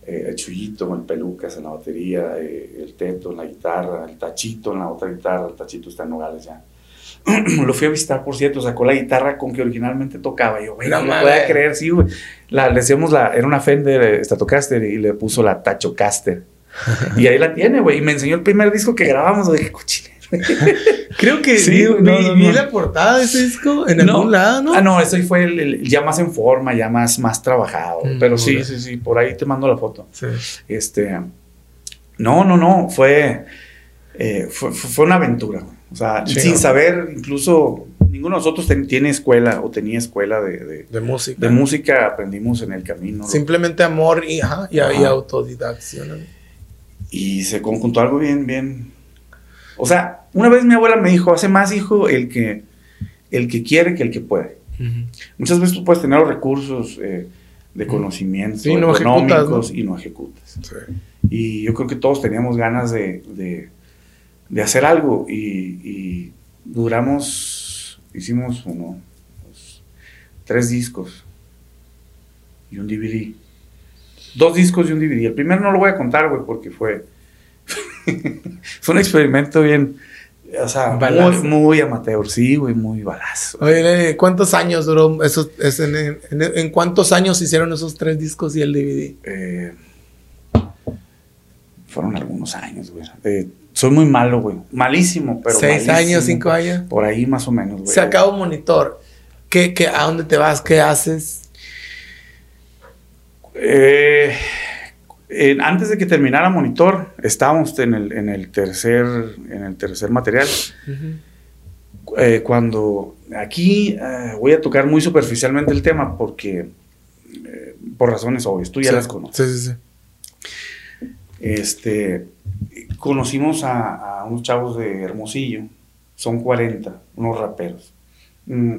eh, el Chuyito, el Pelucas en la batería, eh, el Teto en la guitarra, el Tachito en la otra guitarra, el Tachito está en Nogales ya. Lo fui a visitar, por cierto, sacó la guitarra con que originalmente tocaba. Y yo, güey, no, no me puedo creer, sí, güey. La, le decíamos, la, era una Fender Stratocaster y le puso la Tachocaster. Y ahí la tiene, güey. Y me enseñó el primer disco que grabamos. Dije, cochine. Creo que sí, vi, no, no, vi no. la portada de ese disco en no, algún lado, ¿no? Ah, no, ese fue el, el, ya más en forma, ya más, más trabajado. Mm, pero sí, sí, sí, por ahí te mando la foto. Sí. Este, no, no, no, fue, eh, fue, fue una aventura, güey. O sea, sí, sin no. saber, incluso ninguno de nosotros ten, tiene escuela o tenía escuela de, de, de música. De música aprendimos en el camino. Simplemente lo, amor y, ajá, y, ajá. y autodidacción. Y se conjuntó algo bien, bien. O sea, una vez mi abuela me dijo, hace más, hijo, el que, el que quiere que el que puede. Uh-huh. Muchas veces tú puedes tener los recursos eh, de conocimiento, sí, no económicos, ¿no? y no ejecutas. Sí. Y yo creo que todos teníamos ganas de, de, de hacer algo y, y duramos, hicimos uno, dos, tres discos y un D V D. Dos discos y un D V D. El primero no lo voy a contar, güey, porque fue... fue un experimento bien, o sea, muy, muy amateur, sí, güey, muy balazo. Oye, ¿cuántos años duró esos, es en, en, en, en cuántos años hicieron esos tres discos y el D V D? Eh, fueron algunos años, güey. Eh, soy muy malo, güey, malísimo, pero ¿Seis malísimo, años, cinco años? Por ahí más o menos, güey. Se acaba un monitor. ¿Qué, qué, ¿A dónde te vas? ¿Qué haces? Eh... Eh, antes de que terminara Monitor, estábamos en el, en el, tercer, en el tercer material. Uh-huh. Eh, cuando aquí eh, voy a tocar muy superficialmente el tema porque, eh, por razones obvias, tú ya sí, las conoces. Sí, sí, sí. Este, conocimos a, a unos chavos de Hermosillo, son cuarenta, unos raperos. Mm.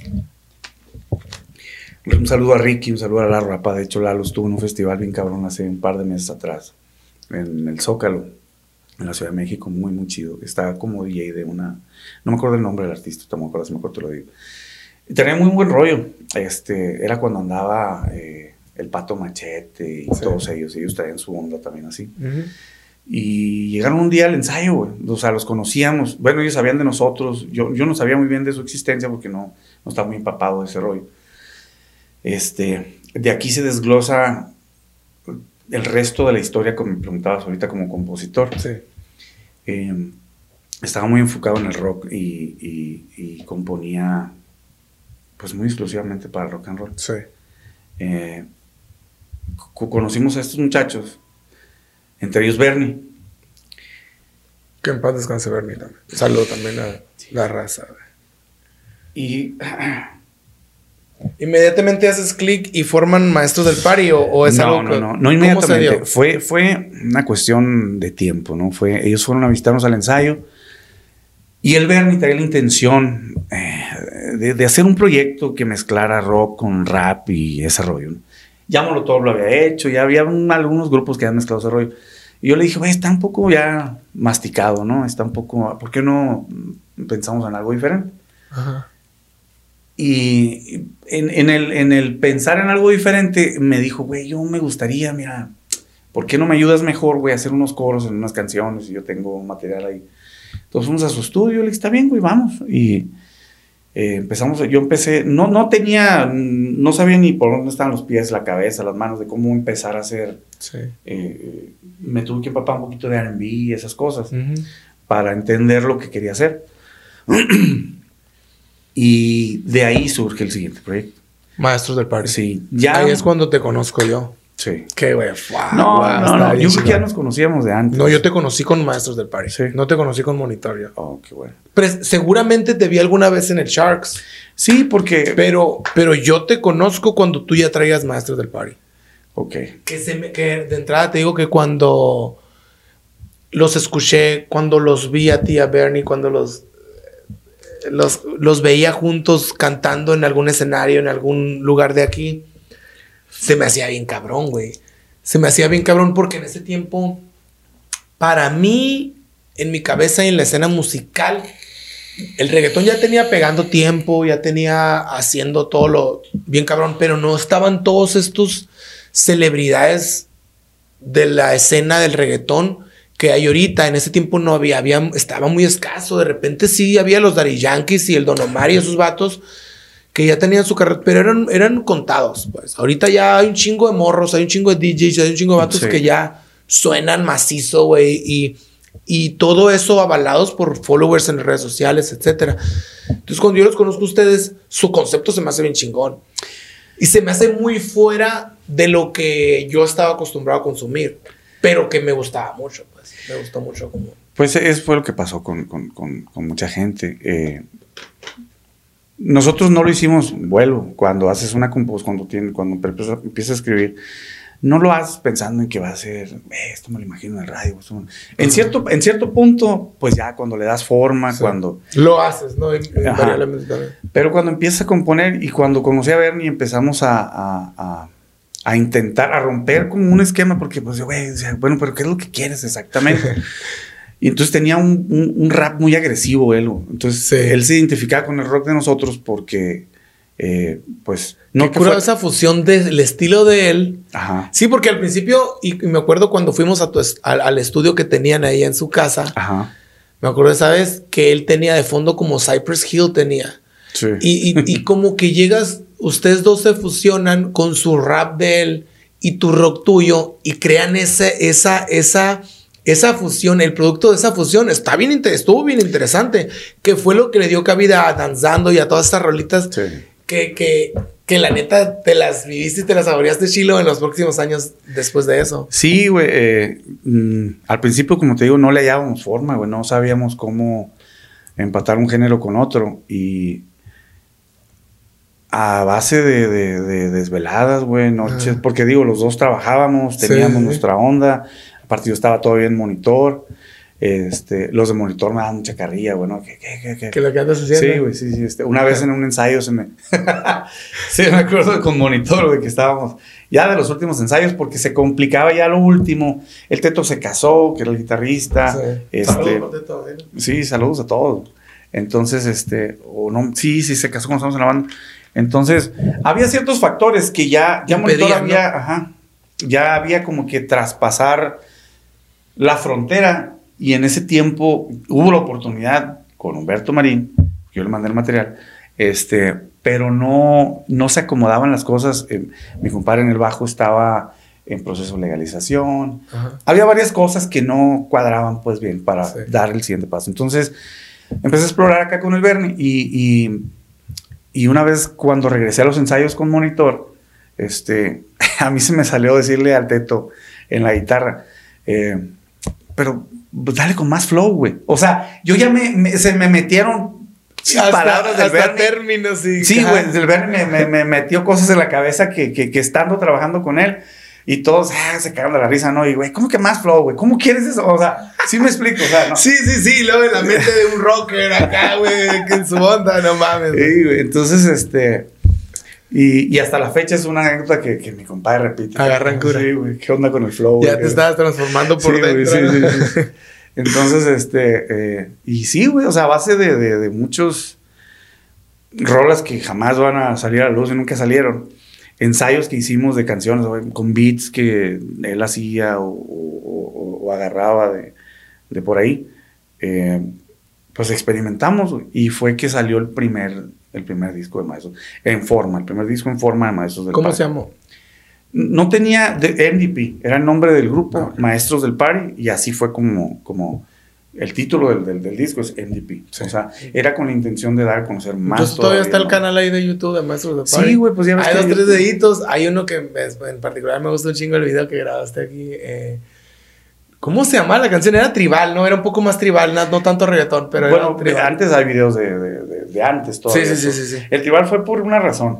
Un saludo a Ricky, un saludo a Lalo Rapa. De hecho, Lalo estuvo en un festival bien cabrón hace un par de meses atrás, en el Zócalo, en la Ciudad de México, muy, muy chido. Estaba como D J de una... No me acuerdo el nombre del artista, no me acuerdo, si me acuerdo te lo digo. Y tenía muy buen rollo. Este, era cuando andaba eh, el Pato Machete y sí. todos ellos. Ellos traían su onda también así. Uh-huh. Y llegaron un día al ensayo, güey. O sea, los conocíamos. Bueno, ellos sabían de nosotros. Yo, yo no sabía muy bien de su existencia porque no, no estaba muy empapado de ese rollo. Este, de aquí se desglosa el resto de la historia, como me preguntabas ahorita, como compositor. Sí. Eh, estaba muy enfocado en el rock y, y, y componía pues muy exclusivamente para rock and roll. Sí. Eh, co- conocimos a estos muchachos, entre ellos Bernie. Que en paz descanse Bernie también. Saludo también a sí. la raza. Y... ¿Inmediatamente haces clic y forman Maestros del Party o, o es no, algo no, que, no, no inmediatamente. Fue, fue una cuestión de tiempo, ¿no? Fue, ellos fueron a visitarnos al ensayo y el Bernie traía la intención eh, de, de hacer un proyecto que mezclara rock con rap y ese rollo, ¿no? Ya Molotov lo había hecho, ya había un, algunos grupos que habían mezclado ese rollo. Y yo le dije, güey, está un poco ya masticado, ¿no? Está un poco, ¿por qué no pensamos en algo diferente? Ajá. Y en, en, el, en el pensar en algo diferente, me dijo, güey, yo me gustaría, mira, ¿por qué no me ayudas mejor, güey, a hacer unos coros en unas canciones? Y yo tengo material ahí. Entonces fuimos a su estudio, le dije, está bien, güey, vamos. Y eh, empezamos, yo empecé, no, no tenía, no sabía ni por dónde estaban los pies, la cabeza, las manos, de cómo empezar a hacer. Sí. Eh, me tuve que empapar un poquito de R and B y esas cosas, uh-huh. para entender lo que quería hacer. Y de ahí surge el siguiente proyecto. Maestros del Party. Sí. Ya, ahí es cuando te conozco yo. Sí. Qué güey. Wow, no, wow, no, no. Yo creo que ya nos conocíamos de antes. No, yo te conocí con Maestros del Party. Sí. No te conocí con Monitor ya. Oh, qué bueno. Pero seguramente te vi alguna vez en el Sharks. Sí, porque... Pero, pero yo te conozco cuando tú ya traías Maestros del Party. Ok. Que, se me, que de entrada te digo que cuando los escuché, cuando los vi a ti, a Bernie, cuando los... Los, los veía juntos cantando en algún escenario, en algún lugar de aquí. Se me hacía bien cabrón, güey. Se me hacía bien cabrón porque en ese tiempo, para mí, en mi cabeza y en la escena musical, el reggaetón ya tenía pegando tiempo, ya tenía haciendo todo lo bien cabrón, pero no estaban todos estos celebridades de la escena del reggaetón que hay ahorita. En ese tiempo no había, había estaba muy escaso. De repente sí había los Daddy Yankees y el Don Omar y esos vatos que ya tenían su carrera, pero eran, eran contados, pues. Ahorita ya hay un chingo de morros, hay un chingo de D Js, hay un chingo de vatos sí. que ya suenan macizo, güey, y, y todo eso avalados por followers en redes sociales, etcétera. Entonces, cuando yo los conozco a ustedes, su concepto se me hace bien chingón. Y se me hace muy fuera de lo que yo estaba acostumbrado a consumir, pero que me gustaba mucho, pues. Me gustó mucho como... Pues eso fue lo que pasó con, con, con, con mucha gente. Eh... Nosotros no lo hicimos, vuelvo, cuando haces una composición, cuando, tiene, cuando empiezas a escribir, no lo haces pensando en que va a ser, eh, esto me lo imagino en el radio. Esto me... en, cierto, en cierto punto, pues ya cuando le das forma, sí. cuando... Lo haces, ¿no? Pero cuando empiezas a componer y cuando conocí a Bernie empezamos a, a, a, a intentar, a romper como un esquema, porque pues yo, güey, bueno, pero ¿qué es lo que quieres exactamente? Y entonces tenía un, un, un rap muy agresivo él. Entonces sí. él se identificaba con el rock de nosotros porque, eh, pues... No fue esa fusión del estilo de él. Ajá. Sí, porque al principio, y, y me acuerdo cuando fuimos a tu, al, al estudio que tenían ahí en su casa. Ajá. Me acuerdo esa vez que él tenía de fondo como Cypress Hill tenía. Sí. Y, y, y como que llegas, ustedes dos se fusionan con su rap de él y tu rock tuyo y crean ese, esa... esa Esa fusión, el producto de esa fusión está bien, estuvo bien interesante. Que fue lo que le dio cabida a Danzando y a todas estas rolitas sí. que, que, que la neta te las viviste y te las saboreaste chilo en los próximos años después de eso. Sí, güey. Eh, mm, al principio, como te digo, no le hallábamos forma, güey. No sabíamos cómo empatar un género con otro. Y a base de, de, de desveladas, güey, noches. Ah. Porque digo, los dos trabajábamos, teníamos sí. nuestra onda. Aparte yo estaba todavía en Monitor. Este, los de Monitor me daban mucha carrilla, güey, ¿no? ¿Qué, qué, qué, qué? ¿Qué lo que andas haciendo? Sí, güey, sí, sí. Este, una vez en un ensayo se me... sí, me acuerdo con Monitor, güey, que estábamos ya de los últimos ensayos porque se complicaba ya lo último. El Teto se casó, que era el guitarrista. Sí. Este, saludos, Teto. ¿eh? Sí, saludos a todos. Entonces, este... O no, sí, sí, se casó cuando estábamos en la banda. Entonces, había ciertos factores que ya... Ya Monitor había... ¿no? Ajá. Ya había como que traspasar... la frontera, y en ese tiempo hubo la oportunidad con Humberto Marín, yo le mandé el material, este, pero no, no se acomodaban las cosas. Eh, mi compadre en el bajo estaba en proceso de legalización. Ajá. Había varias cosas que no cuadraban pues bien para sí. dar el siguiente paso. Entonces empecé a explorar acá con el Bernie y, y, y una vez cuando regresé a los ensayos con Monitor, este, a mí se me salió decirle al Teto en la guitarra, eh, pero pues, dale con más flow, güey. O sea, yo ya me, me se me metieron hasta, palabras del hasta términos y... Sí, güey, el Bernie me, me, me metió cosas en la cabeza que, que, que estando trabajando con él y todos ah, se cagaron de la risa, ¿no? Y, güey, ¿cómo que más flow, güey? ¿Cómo quieres eso? O sea, sí me explico, o sea, ¿no? Sí, sí, sí, luego en la mente de un rocker acá, güey, que en su onda, no mames. Sí, güey, entonces, este... Y, y hasta la fecha es una anécdota que, que mi compadre repite. Agarran cura. Sí, güey. ¿Qué onda con el flow? Ya güey? te estabas transformando por sí, dentro. Güey, sí, sí, sí. Entonces, este... Eh, y sí, güey. O sea, a base de, de, de muchos rolas que jamás van a salir a la luz y nunca salieron. Ensayos que hicimos de canciones, güey, con beats que él hacía o, o, o agarraba de, de por ahí. Eh, pues experimentamos, güey. Y fue que salió el primer... el primer disco de Maestros, en forma, el primer disco en forma de Maestros del ¿Cómo Party. se llamó? No tenía, de, M D P, era el nombre del grupo, ah, Maestros del Party, y así fue como, como el título del, del, del disco es M D P. Sí. O sea, era con la intención de dar a conocer más. Entonces todavía está el canal ahí de YouTube de Maestros del Party. Sí, güey, pues ya ves. Hay dos, tres deditos, hay uno que en particular me gustó un chingo el video que grabaste aquí, eh, ¿cómo se llamaba la canción? Era tribal, ¿no? Era un poco más tribal, no, no tanto reggaetón, pero bueno, era tribal. Antes hay videos de, de, de, de antes todavía. Sí, sí, sí, sí, sí. El tribal fue por una razón.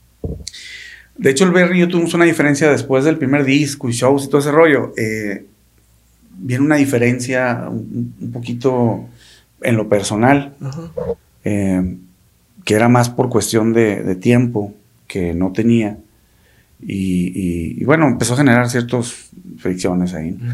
De hecho, el Berry y yo tuvimos una diferencia después del primer disco y shows y todo ese rollo. Eh, viene una diferencia un, un poquito en lo personal, uh-huh. eh, que era más por cuestión de, de tiempo que no tenía. Y, y, y bueno, empezó a generar ciertas fricciones ahí. Uh-huh.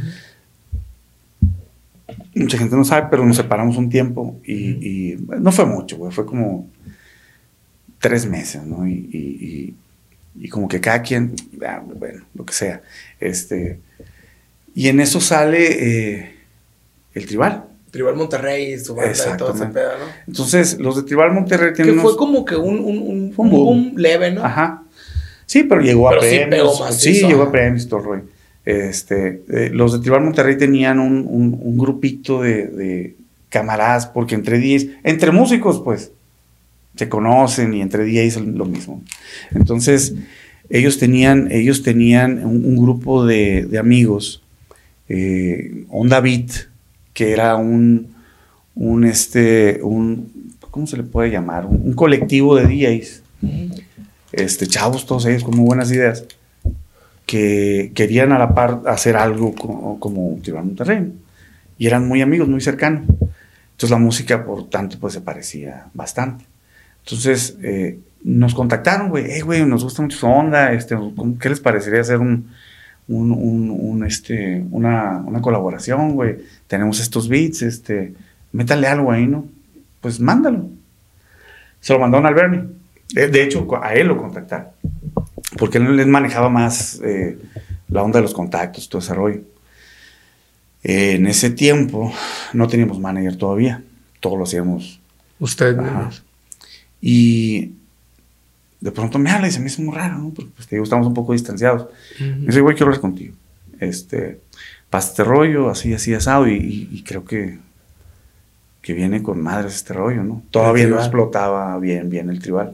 Mucha gente no sabe, pero nos separamos un tiempo y, y no fue mucho, güey, fue como tres meses, ¿no? Y, y, y, y como que cada quien, ah, bueno, lo que sea, este, Y en eso sale eh, el Tribal. Tribal Monterrey y su banda y todo ese pedo, ¿no? Entonces, los de Tribal Monterrey tienen que unos... fue como que un, un, un, un boom. boom leve, ¿no? Ajá. Sí, pero llegó pero a sí premios. Más sí, eso, llegó ajá. a premios, todo el rollo. Este, eh, los de Tribal Monterrey tenían un, un, un grupito de, de camaradas, porque entre D Js, entre músicos, pues, se conocen y entre D Js es lo mismo. Entonces, ellos tenían, ellos tenían un, un grupo de, de amigos, eh, Onda Beat, que era un, un, este, un, ¿cómo se le puede llamar? Un, un colectivo de D Js, este, chavos, todos ellos con muy buenas ideas, que querían a la par hacer algo como, como Tribal Monterrey, y eran muy amigos, muy cercanos. Entonces la música, por tanto, pues se parecía bastante. Entonces eh, nos contactaron, güey, hey, güey, nos gusta mucho su onda, este, ¿qué les parecería hacer un, un, un, un este, una, una colaboración, güey? Tenemos estos beats, este, métale algo ahí, ¿no? Pues mándalo. Se lo mandaron al Bernie. De, de hecho, a él lo contactaron, porque él les manejaba más eh, la onda de los contactos, todo ese rollo. Eh, en ese tiempo no teníamos manager todavía, todo lo hacíamos ustedes mismos. Y de pronto me habla y se me hizo muy raro, ¿no? Porque pues, te digo, estamos un poco distanciados. Uh-huh. Me dice, güey, quiero hablar contigo. Este, pasa este rollo, así, así, asado, y, y, y creo que, que viene con madres este rollo, ¿no? Todavía no explotaba bien, bien el Tribal.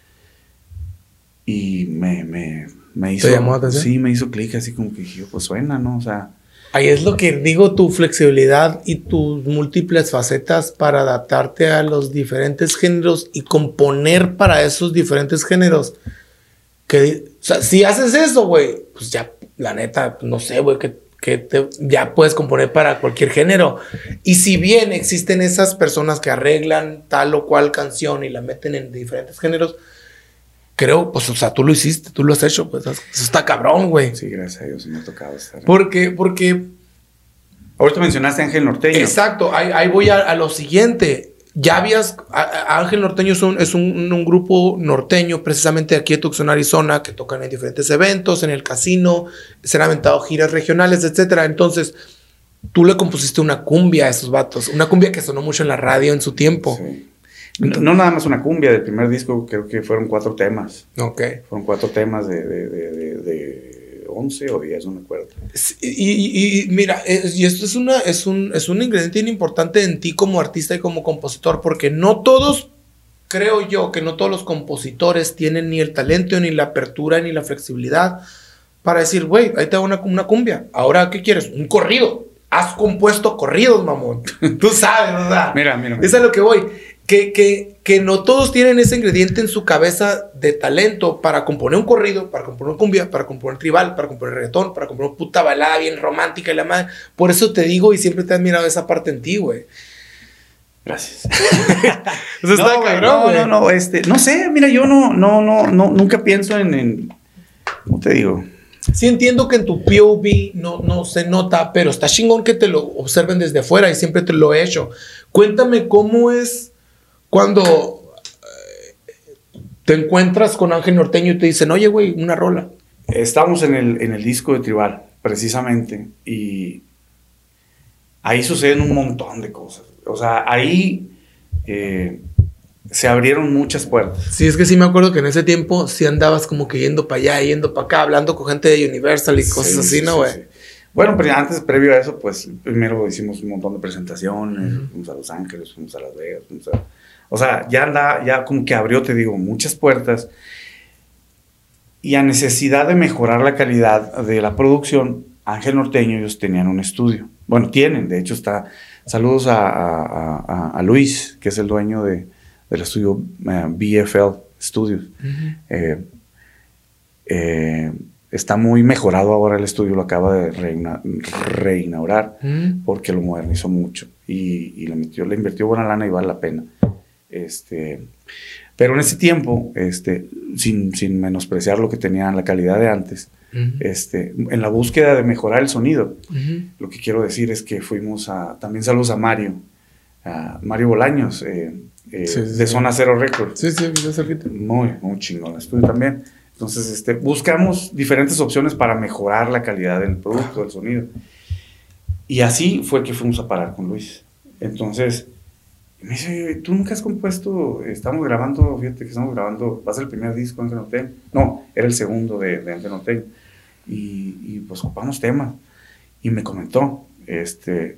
Y me, me, me hizo... ¿Te llamó la atención? Sí, me hizo clic, así como que dije, pues suena, ¿no? O sea... Ahí es lo que digo, tu flexibilidad y tus múltiples facetas para adaptarte a los diferentes géneros y componer para esos diferentes géneros. Que, o sea, si haces eso, güey, pues ya, la neta, no sé, güey, que, que te, ya puedes componer para cualquier género. Y si bien existen esas personas que arreglan tal o cual canción y la meten en diferentes géneros, creo, pues, o sea, tú lo hiciste, tú lo has hecho, pues, eso está cabrón, güey. Sí, gracias a Dios, me ha tocado estar. Porque, porque... Ahorita mencionaste a Ángel Norteño. Exacto, ahí, ahí voy a, a lo siguiente. Ya habías... A, a Ángel Norteño es, un, es un, un grupo norteño, precisamente aquí de Tucson, Arizona, que tocan en diferentes eventos, en el casino, se han aventado giras regionales, etcétera. Entonces, tú le compusiste una cumbia a esos vatos, una cumbia que sonó mucho en la radio en su tiempo. Sí. No, no nada más una cumbia, del primer disco creo que fueron cuatro temas. Ok. Fueron cuatro temas de, de, de, de, de once o diez, no me acuerdo. Y, y, y mira, es, y esto es, una, es, un, es un ingrediente bien importante en ti como artista y como compositor, porque no todos, creo yo, que no todos los compositores tienen ni el talento, ni la apertura, ni la flexibilidad para decir, güey, ahí te hago una, una cumbia. Ahora, ¿qué quieres? Un corrido. Has compuesto corridos, mamón. Tú sabes, ¿verdad? Mira, mira. mira. Eso es a lo que voy. Que, que, que no todos tienen ese ingrediente en su cabeza de talento para componer un corrido, para componer cumbia, para componer tribal, para componer reggaetón, para componer puta balada bien romántica y la madre. Por eso te digo y siempre te he admirado esa parte en ti, güey. Gracias. Eso está no, cabrón, no, no, no, este, no sé, mira, yo no, no, no, no, nunca pienso en, en ¿cómo te digo? Sí entiendo que en tu P O V no, no se nota, pero está chingón que te lo observen desde afuera y siempre te lo he hecho. Cuéntame cómo es cuando eh, te encuentras con Ángel Norteño y te dicen, oye, güey, una rola. Estamos en el, en el disco de Tribal, precisamente, y ahí suceden un montón de cosas. O sea, ahí eh, se abrieron muchas puertas. Sí, es que sí me acuerdo que en ese tiempo sí andabas como que yendo para allá, yendo para acá, hablando con gente de Universal y cosas sí, así, ¿no, güey? Sí, sí. Bueno, pero antes, previo a eso, pues, primero hicimos un montón de presentaciones, uh-huh. fuimos a Los Ángeles, fuimos a Las Vegas, fuimos a... O sea, ya anda, ya como que abrió, te digo, muchas puertas. Y a necesidad de mejorar la calidad de la producción, Ángel Norteño, ellos tenían un estudio. Bueno, tienen, de hecho está... Saludos a, a, a, a Luis, que es el dueño de, del estudio uh, B F L Studios. Uh-huh. eh, eh, está muy mejorado ahora el estudio, lo acaba de reina, reinaugurar, uh-huh. porque lo modernizó mucho. Y, y le, metió, le invirtió buena lana y vale la pena. Este, pero en ese tiempo, este, sin, sin menospreciar lo que tenían, la calidad de antes, uh-huh. este, en la búsqueda de mejorar el sonido, uh-huh. lo que quiero decir es que fuimos a, también saludos a Mario, a Mario Bolaños, eh, eh, sí, sí, de sí. Zona Cero Records. Sí, sí, sí, muy, muy chingón el estudio también. Entonces, este, buscamos diferentes opciones para mejorar la calidad del producto, del sonido. Y así fue que fuimos a parar con Luis. Entonces, me dice, ¿tú nunca has compuesto? Estamos grabando, fíjate que estamos grabando, va a ser el primer disco de Ángel Norteño. No, era el segundo de, de Ángel Norteño. Y, y pues ocupamos temas. Y me comentó, este,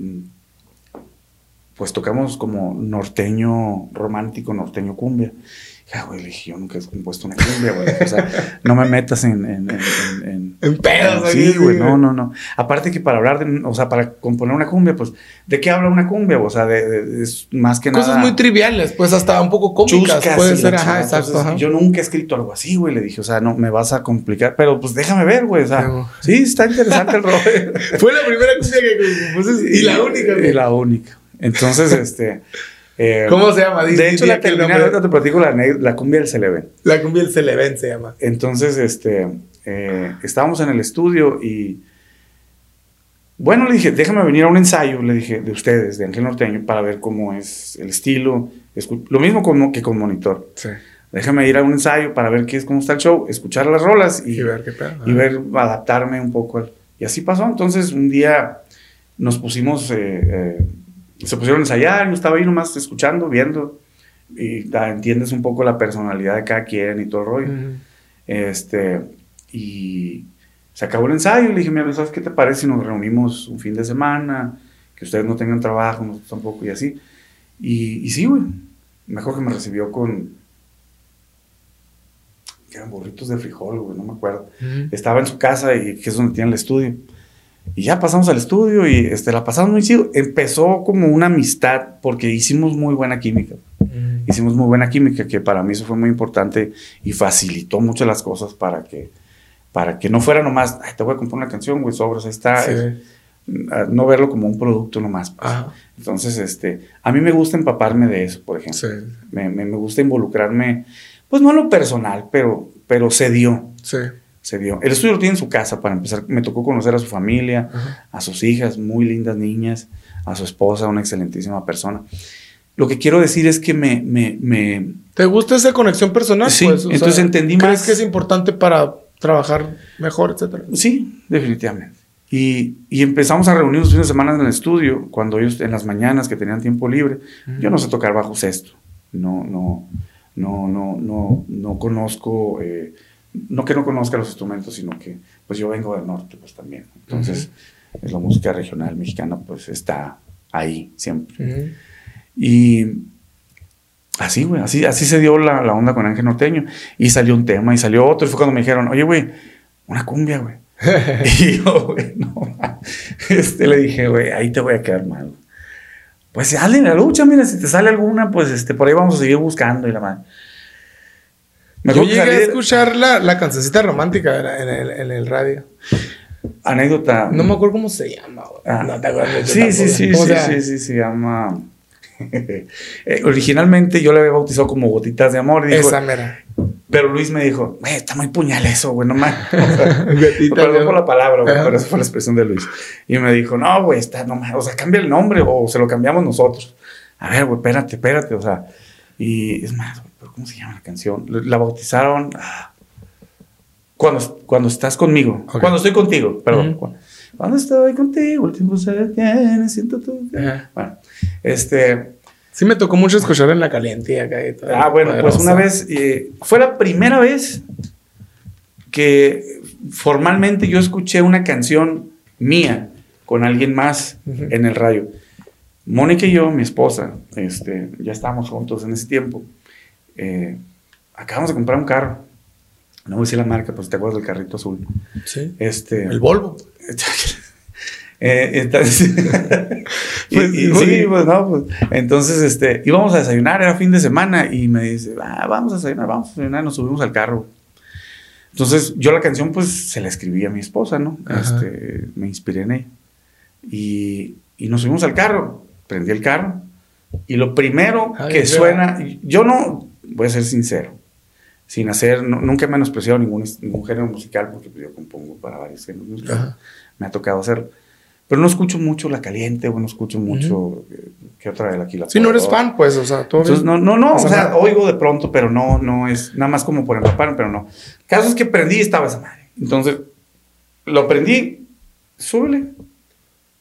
pues tocamos como norteño romántico, norteño cumbia. Ya, güey, le dije, yo nunca he compuesto una cumbia, güey. O sea, no me metas en... En, en, en, en pedos. Sí, güey, no, no, no. Aparte que para hablar, de, o sea, para componer una cumbia, pues, ¿de qué habla una cumbia? O sea, de, de, de es más que Cosas nada... Cosas muy triviales, pues hasta un poco cómicas. Chuscas, puede sí, ser, ajá, exacto. Entonces, ajá. Yo nunca he escrito algo así, güey, le dije, o sea, no, me vas a complicar, pero pues déjame ver, güey, o sea, no. Sí, está interesante el rollo. Fue la primera cumbia que compuse y la única, güey. Y la única. Entonces, este... Eh, ¿Cómo se llama? De hecho, la terminé, ahorita te platico la, la cumbia del Celeven. La cumbia del Celeven se llama. Entonces, este, eh, estábamos en el estudio y, bueno, le dije, déjame venir a un ensayo, le dije, de ustedes, de Ángel Norteño, para ver cómo es el estilo. Lo mismo con, que con Monitor. Sí. Déjame ir a un ensayo para ver qué es, cómo está el show, escuchar las rolas y, y ver qué pedo. Y ver, adaptarme un poco. Al, y así pasó. Entonces, un día nos pusimos... Eh, eh, se pusieron a ensayar, yo estaba ahí nomás escuchando, viendo, y da, entiendes un poco la personalidad de cada quien y todo el rollo. Uh-huh. Este, y se acabó el ensayo, y le dije, mira, ¿sabes qué te parece si nos reunimos un fin de semana? Que ustedes no tengan trabajo, nosotros tampoco, y así. Y, y sí, güey, mejor que me recibió con... que eran burritos de frijol, güey, no me acuerdo. Uh-huh. Estaba en su casa, y que es donde tiene el estudio. Y ya pasamos al estudio y este, la pasamos muy chido. Empezó como una amistad porque hicimos muy buena química. Mm. Hicimos muy buena química, que para mí eso fue muy importante y facilitó mucho las cosas para que, para que no fuera nomás, ay, te voy a comprar una canción, güey, sobres, ahí está. Sí. Es, no verlo como un producto nomás. Pues. Entonces, este, a mí me gusta empaparme de eso, por ejemplo. Sí. Me, me, me gusta involucrarme, pues no en lo personal, pero, pero se dio. Sí. Se dio. El estudio lo tiene en su casa, para empezar. Me tocó conocer a su familia, uh-huh. a sus hijas, muy lindas niñas, a su esposa, una excelentísima persona. Lo que quiero decir es que me... me, me... ¿Te gusta esa conexión personal? Sí, pues? entonces sea, entendí ¿crees más... ¿Crees que es importante para trabajar mejor, etcétera? Sí, definitivamente. Y, y empezamos a reunirnos fines de semana en el estudio, cuando ellos, en las mañanas que tenían tiempo libre. Uh-huh. Yo no sé tocar bajo sexto. No, no, no, no, no, no conozco... Eh, no que no conozca los instrumentos, sino que pues yo vengo del norte pues también, entonces uh-huh. es la música regional mexicana pues está ahí siempre. Uh-huh. Y así, güey, así, así se dio la, la onda con Ángel Norteño, y salió un tema, y salió otro, y fue cuando me dijeron, oye, güey, una cumbia, güey. Y yo, güey, no, este, le dije, güey, ahí te voy a quedar mal. Pues hazle la lucha, mira, si te sale alguna, pues este, por ahí vamos a seguir buscando, y la madre. Me Yo llegué a escuchar la, la cancioncita romántica en el, en el radio. Anécdota. No me acuerdo cómo se llama. Ah. No te acuerdas. Sí, sí, sí, sí, sí, sí, se llama... eh, originalmente yo le había bautizado como Gotitas de Amor. Dijo, esa mera. Pero Luis me dijo, güey, está muy puñal eso, güey, no más. O sea, perdón por la palabra, güey, pero esa fue la expresión de Luis. Y me dijo, no, güey, está no más. O sea, cambia el nombre o se lo cambiamos nosotros. A ver, güey, espérate, espérate, o sea. Y es más, güey, ¿cómo se llama la canción? La bautizaron ah, cuando, cuando estás conmigo. Okay. Cuando estoy contigo, perdón. Uh-huh. Cuando, cuando estoy contigo, el tiempo se detiene, siento tu... Uh-huh. Bueno, este... Sí me tocó mucho escuchar en La Caliente acá y todo. Ah, bueno, poderosa. Pues una vez... Eh, fue la primera vez que formalmente yo escuché una canción mía con alguien más uh-huh. en el radio. Mónica y yo, mi esposa, este, ya estábamos juntos en ese tiempo. Eh, acabamos de comprar un carro. No voy a decir la marca, pues te acuerdas del carrito azul. Sí. Este, el Volvo. eh, entonces, pues, y, y, sí, pues no, pues. Entonces, este, íbamos a desayunar, era fin de semana, y me dice, ah, vamos a desayunar, vamos a desayunar, nos subimos al carro. Entonces, yo la canción, pues, se la escribí a mi esposa, ¿no? Este, me inspiré en ella. Y, y nos subimos al carro. Prendí el carro y lo primero Ay, que suena, yo no, voy a ser sincero, sin hacer, no, nunca he menospreciado ningún, ningún género musical, porque yo compongo para varios géneros musicales, Ajá. me ha tocado hacerlo, pero no escucho mucho La Caliente, o no escucho mucho, uh-huh. ¿qué otra de aquí? La si no eres fan, pues, o sea, todo Entonces, no, no, no, o sea, nada. Oigo de pronto, pero no, no es, nada más como por empapar, pero no. El caso es que prendí y estaba esa madre, entonces, lo prendí, súbele.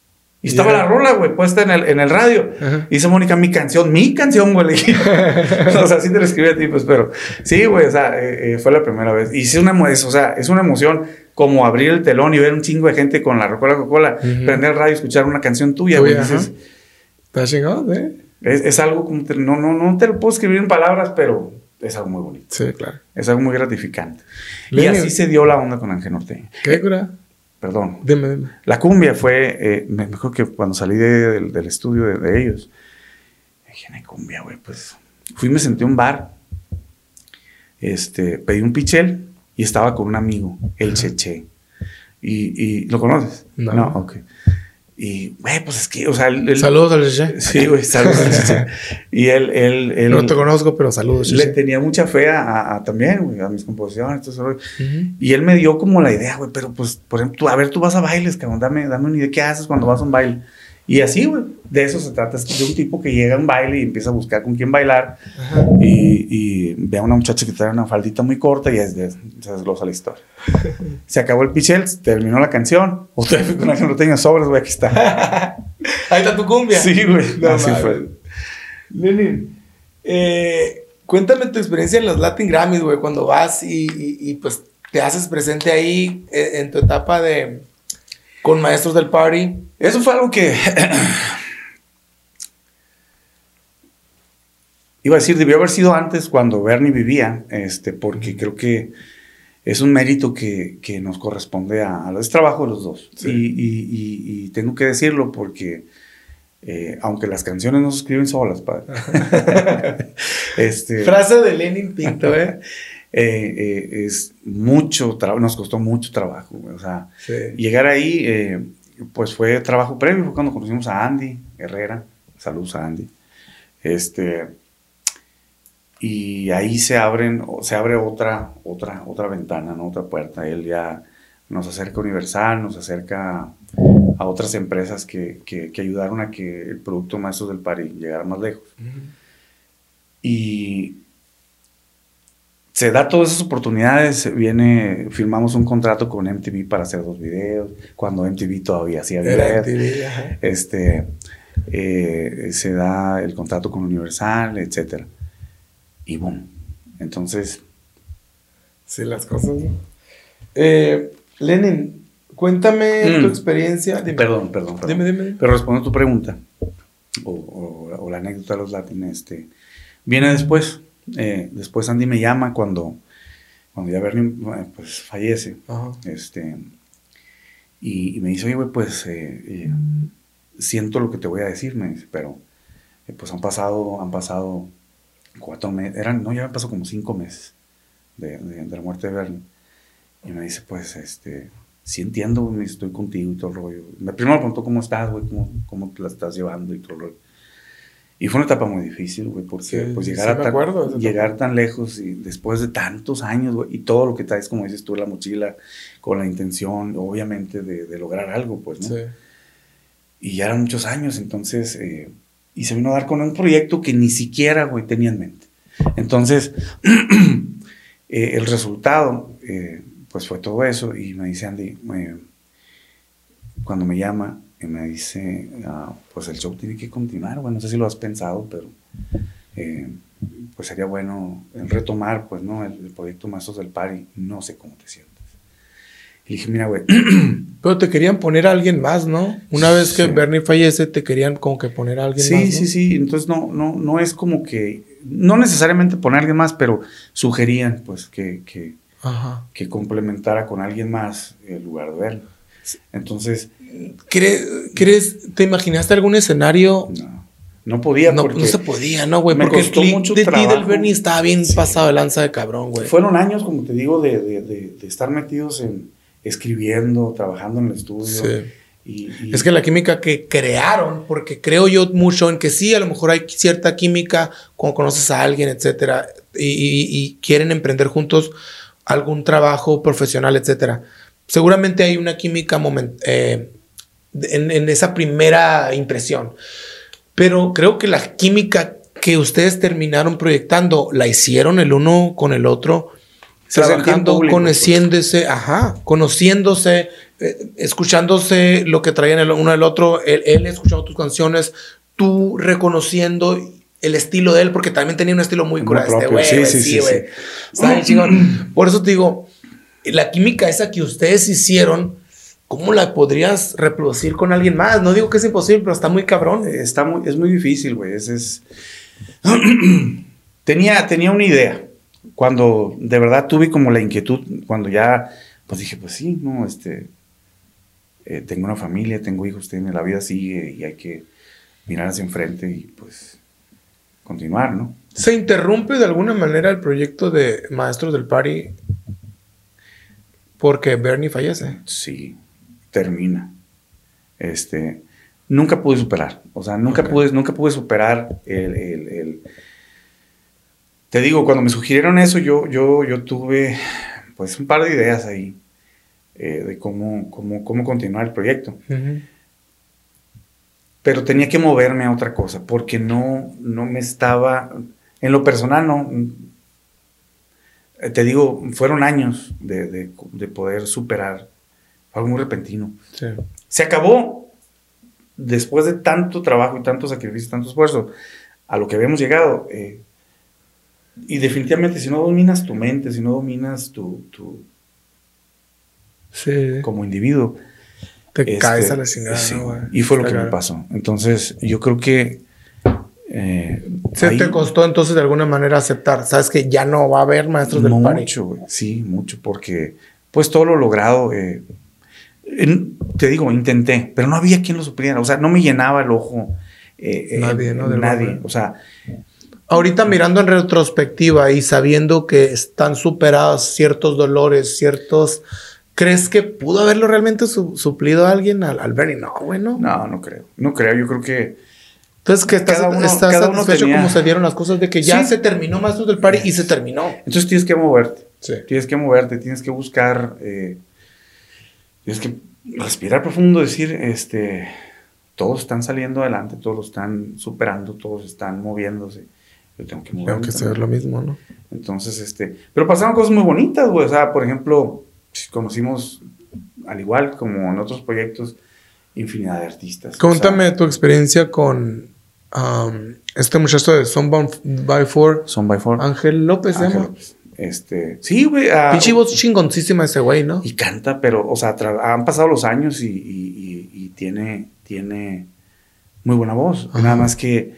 Y estaba yeah. la rola, güey, puesta en el, en el radio. Uh-huh. Y dice Mónica, mi canción, mi canción, güey. O sea, sí te lo escribí a ti, pues, pero sí, güey, o sea, eh, eh, fue la primera vez. Y sí, es una, o sea, es una emoción como abrir el telón y ver un chingo de gente con la Rocola Coca-Cola, uh-huh. prender el radio y escuchar una canción tuya, güey. Dices, está chingón, ¿eh? Es, es algo como, te, no, no, no te lo puedo escribir en palabras, pero es algo muy bonito. Sí, claro. Es algo muy gratificante. Lenny. Y así se dio la onda con Ángel Norteño. ¿Qué cura? Perdón. Dime, dime. La cumbia fue, eh, me acuerdo que cuando salí de, de, del estudio de, de ellos, dije, no hay cumbia, güey, pues. Fui, me senté a un bar, este, pedí un pichel y estaba con un amigo, el Cheche. Y, y, ¿lo conoces? No. No, ok. Y, güey, pues es que, o sea... El, el, saludos al Cheche. Sí, güey, saludos al Cheche. Y él, él, él... No te conozco, pero saludos, Cheche. Le tenía mucha fe a, a, a también, güey, a mis composiciones, todo eso, uh-huh. Y él me dio como la idea, güey, pero pues, por ejemplo, tú, a ver, tú vas a bailes, cabrón, dame, dame una idea, ¿qué haces cuando vas a un baile? Y así, güey, de eso se trata, es de un tipo que llega a un baile y empieza a buscar con quién bailar, uh-huh. y, y ve a una muchacha que trae una faldita muy corta y es de, se desglosa la historia. Se acabó el pichel, terminó la canción, otra vez con Ángel Norteño, sobres, güey, aquí está. Ahí está tu cumbia. Sí, güey, no, así madre. fue. Lenin, eh, cuéntame tu experiencia en los Latin Grammys, güey, cuando vas y, y, y pues te haces presente ahí en, en tu etapa de... con maestros del party. Eso fue algo que... iba a decir, debió haber sido antes cuando Bernie vivía, este, porque creo que es un mérito que, que nos corresponde a, a... es trabajo de los dos. Sí. Y, y, y, y tengo que decirlo porque... Eh, aunque las canciones no se escriben solas, padre. este, Frase de Lenin Pinto, ¿eh? eh, eh es mucho trabajo, nos costó mucho trabajo, güey. O sea, sí. Llegar ahí, eh, pues fue trabajo previo, fue cuando conocimos a Andy Herrera, saludos a Andy, este, y ahí se abren, se abre otra, otra, otra ventana, ¿no? Otra puerta. Él ya nos acerca a Universal, nos acerca a otras empresas que, que, que ayudaron a que el producto Maestros del Party llegara más lejos. Uh-huh. Y se da todas esas oportunidades, viene, firmamos un contrato con M T V para hacer dos videos, cuando M T V todavía hacía videos. M T V, ajá. Este, eh, se da el contrato con Universal, etcétera. Y boom. Entonces... sí, las cosas, ¿no? Eh, Lenin, cuéntame mm. tu experiencia. Dime. Perdón, perdón, perdón. Dime, dime. Pero respondo a tu pregunta, o, o, o la anécdota de los Latin, este, viene después. Eh, después Andy me llama cuando, cuando ya Bernie pues, fallece. Uh-huh. Este, y, y me dice, oye, güey, pues eh, eh, siento lo que te voy a decir, me dice, pero eh, pues han pasado, han pasado cuatro meses, eran, no, ya me pasó como cinco meses de, de, de la muerte de Bernie. Y me dice, pues, este, sí entiendo, güey, estoy contigo y todo el rollo. Me primero me preguntó cómo estás, güey, cómo, cómo te la estás llevando y todo el rollo. Y fue una etapa muy difícil, güey, porque sí, pues llegar, sí a tan, acuerdo, llegar tan lejos y después de tantos años, güey, y todo lo que traes, como dices tú, en la mochila, con la intención, obviamente, de, de lograr algo, pues, ¿no? Sí. Y ya eran muchos años, entonces, eh, y se vino a dar con un proyecto que ni siquiera, güey, tenía en mente. Entonces, eh, el resultado, eh, pues fue todo eso, y me dice Andy, eh, cuando me llama, y me dice, uh, pues el show tiene que continuar, bueno, no sé si lo has pensado, pero eh, pues sería bueno retomar, pues, ¿no? El, el proyecto Maestros del Party, no sé cómo te sientes. Y dije, mira, güey. Pero te querían poner a alguien más, ¿no? Una vez que sí. Bernie fallece, te querían como que poner a alguien sí, más, ¿no? Sí, sí, sí, entonces no, no, no es como que, no necesariamente poner a alguien más, pero sugerían, pues, que, que, Ajá. que complementara con alguien más el lugar de Bernie. Entonces... ¿Crees, ¿crees, te imaginaste algún escenario? No, no podía. No, porque no se podía, ¿no, güey? Me porque costó el mucho de trabajo. ti del Bernie estaba bien sí. pasado de lanza de cabrón, güey. Fueron años, como te digo, de, de, de, de estar metidos en escribiendo, trabajando en el estudio. Sí. Y, y es que la química que crearon, porque creo yo mucho en que sí, a lo mejor hay cierta química cuando conoces a alguien, etcétera, y, y, y quieren emprender juntos algún trabajo profesional, etcétera. Seguramente hay una química moment, eh, en, en esa primera impresión. Pero creo que la química que ustedes terminaron proyectando la hicieron el uno con el otro trabajando, conociéndose, ajá, conociéndose, eh, escuchándose lo que traían el uno del otro, él, él escuchando tus canciones, tú reconociendo el estilo de él, porque también tenía un estilo muy cura este güey. Sí, sí, sí, güey. Está bien chingón. Por eso te digo, la química esa que ustedes hicieron, ¿cómo la podrías reproducir con alguien más? No digo que es imposible, pero está muy cabrón. Está muy, es muy difícil, güey. Es, es... tenía, tenía una idea. Cuando de verdad tuve como la inquietud, cuando ya, pues dije, pues sí, no, este, eh, tengo una familia, tengo hijos, tiene, la vida sigue y hay que mirar hacia enfrente y pues continuar, ¿no? ¿Se interrumpe de alguna manera el proyecto de Maestros del Party porque Bernie fallece? Sí, termina. Este, nunca pude superar, o sea, nunca, okay. pude, nunca pude superar el, el, el... Te digo, cuando me sugirieron eso, yo, yo, yo tuve pues un par de ideas ahí eh, de cómo, cómo, cómo continuar el proyecto. Uh-huh. Pero tenía que moverme a otra cosa, porque no, no me estaba... En lo personal, no... Te digo, fueron años de, de, de poder superar algo muy repentino. Sí. Se acabó después de tanto trabajo y tanto sacrificio, tanto esfuerzo, a lo que habíamos llegado. Eh, y definitivamente, si no dominas tu mente, si no dominas tu... tu sí. como individuo... Te este, caes a la chingada, sí, ¿no, güey? Y fue lo Está que claro. me pasó. Entonces, yo creo que... Eh, ¿Se ahí, te costó entonces de alguna manera aceptar? ¿Sabes que ya no va a haber Maestros del Party? Mucho, güey. Sí, mucho, porque pues todo lo logrado... Eh, en, te digo, intenté, pero no había quien lo supiera. O sea, no me llenaba el ojo. Eh, nadie, eh, ¿no? Del nadie. momento. O sea... Ahorita mirando en retrospectiva y sabiendo que están superados ciertos dolores, ciertos... ¿Crees que pudo haberlo realmente su, suplido a alguien al, al Bernie? No, güey, no. No, no creo. No creo. Yo creo que... Entonces, que estás, uno, estás satisfecho tenía... como se dieron las cosas de que ya sí. se terminó Maestros del Party y se terminó. Entonces tienes que moverte. Sí. Tienes que moverte, tienes que buscar... Eh, tienes que respirar profundo, decir, este... Todos están saliendo adelante, todos lo están superando, todos están moviéndose. Yo tengo que moverme. Tengo que ser lo mismo, ¿no? Entonces, este... Pero pasaron cosas muy bonitas, güey. O sea, por ejemplo... Conocimos, al igual como en otros proyectos, infinidad de artistas. Cuéntame o sea, tu experiencia con um, este muchacho de Son by Four. Son by Four. Ángel López, ¿se llama? Este, sí, güey. Uh, Pinche voz chingoncísima ese güey, ¿no? Y canta, pero, o sea, han pasado los años y, y, y, y tiene, tiene muy buena voz. Nada más que,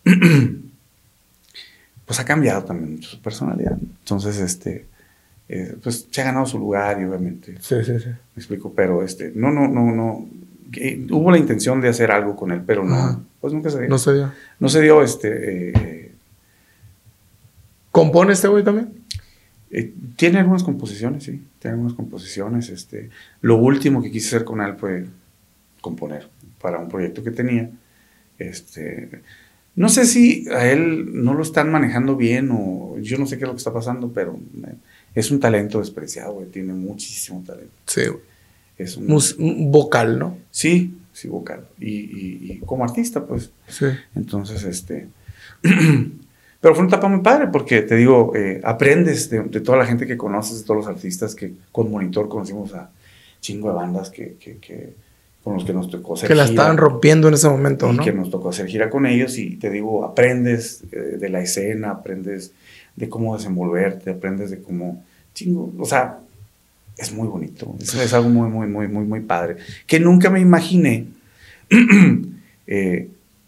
pues ha cambiado también su personalidad. Entonces, este... Eh, pues se ha ganado su lugar y obviamente sí, sí, sí. Me explico, pero este no, no, no, no que, hubo la intención de hacer algo con él, pero no, ajá. Pues nunca se dio. No se dio. No se dio, este eh, ¿compone este güey también? Eh, tiene algunas composiciones, sí, tiene algunas composiciones, este, lo último que quise hacer con él fue componer para un proyecto que tenía, este, no sé si a él no lo están manejando bien o yo no sé qué es lo que está pasando, pero eh, es un talento despreciado, güey. Tiene muchísimo talento. Sí, güey. Es un, Mus- un vocal, ¿no? Sí, sí, vocal. Y, y, y como artista, pues. Sí. Entonces, este... Pero fue una etapa muy padre porque, te digo, eh, aprendes de, de toda la gente que conoces, de todos los artistas que con Monitor conocimos a chingo de bandas que, que, que con los que nos tocó hacer que la gira, estaban rompiendo en ese momento, y ¿no? que nos tocó hacer gira con ellos y, te digo, aprendes eh, de la escena, aprendes de cómo desenvolverte, aprendes de cómo, chingo, o sea, es muy bonito, es, es algo muy, muy, muy, muy, muy padre, que nunca me imaginé eh,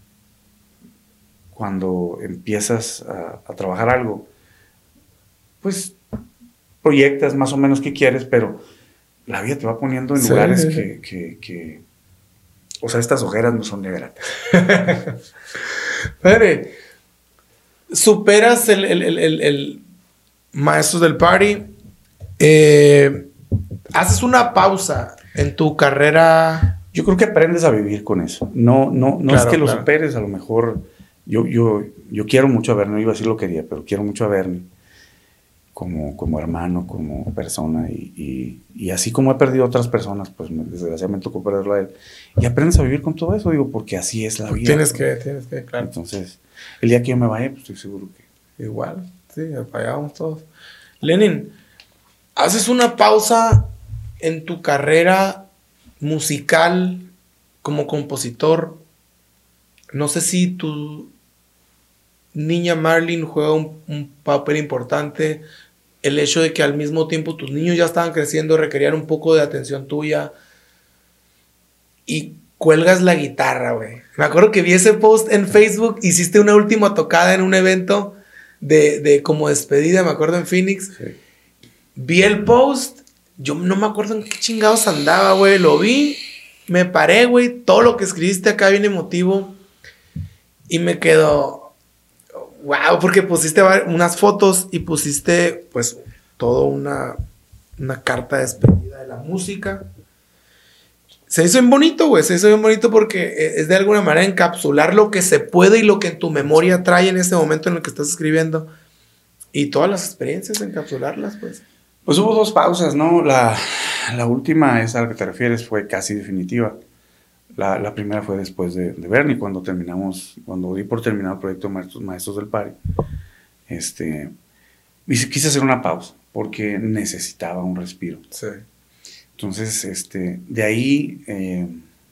cuando empiezas a, a trabajar algo, pues proyectas más o menos qué quieres, pero la vida te va poniendo en sí. lugares que, que, que, o sea, estas ojeras no son de gratis. Padre, superas el, el, el, el, el Maestros del Party, eh, haces una pausa en tu carrera. Yo creo que aprendes a vivir con eso. No, no, no claro, es que lo claro. superes, a lo mejor yo, yo, yo quiero mucho a Bernie, no iba a decir lo quería, pero quiero mucho a Bernie como, como hermano, como persona y, y, y así como he perdido a otras personas, pues desgraciadamente tocó perderlo a él. Y aprendes a vivir con todo eso, digo, porque así es la vida. Tienes ¿no? que, tienes que, claro. Entonces, el día que yo me vaya, pues estoy seguro que... Igual, sí, allá vamos todos. Lenin, haces una pausa en tu carrera musical como compositor. No sé si tu niña Marlene juega un, un papel importante. El hecho de que al mismo tiempo tus niños ya estaban creciendo, requerían un poco de atención tuya. Y cuelgas la guitarra, güey. Me acuerdo que vi ese post en Facebook. Hiciste una última tocada en un evento de, de como despedida, me acuerdo, en Phoenix. Sí. Vi el post. Yo no me acuerdo en qué chingados andaba, güey. Lo vi, me paré, güey. Todo lo que escribiste acá bien emotivo. Y me quedó... Wow, porque pusiste unas fotos y pusiste, pues, toda una, una carta de despedida de la música. Se hizo bien bonito, güey. Se hizo bien bonito porque es de alguna manera encapsular lo que se puede y lo que en tu memoria trae en ese momento en el que estás escribiendo. Y todas las experiencias, encapsularlas, pues. Pues hubo dos pausas, ¿no? La, la última, esa a la que te refieres, fue casi definitiva. La, la primera fue después de, de Bernie, cuando terminamos, cuando di por terminado el proyecto Maestros, Maestros del Party. Este, quise hacer una pausa porque necesitaba un respiro. Sí. Entonces, este, de ahí eh,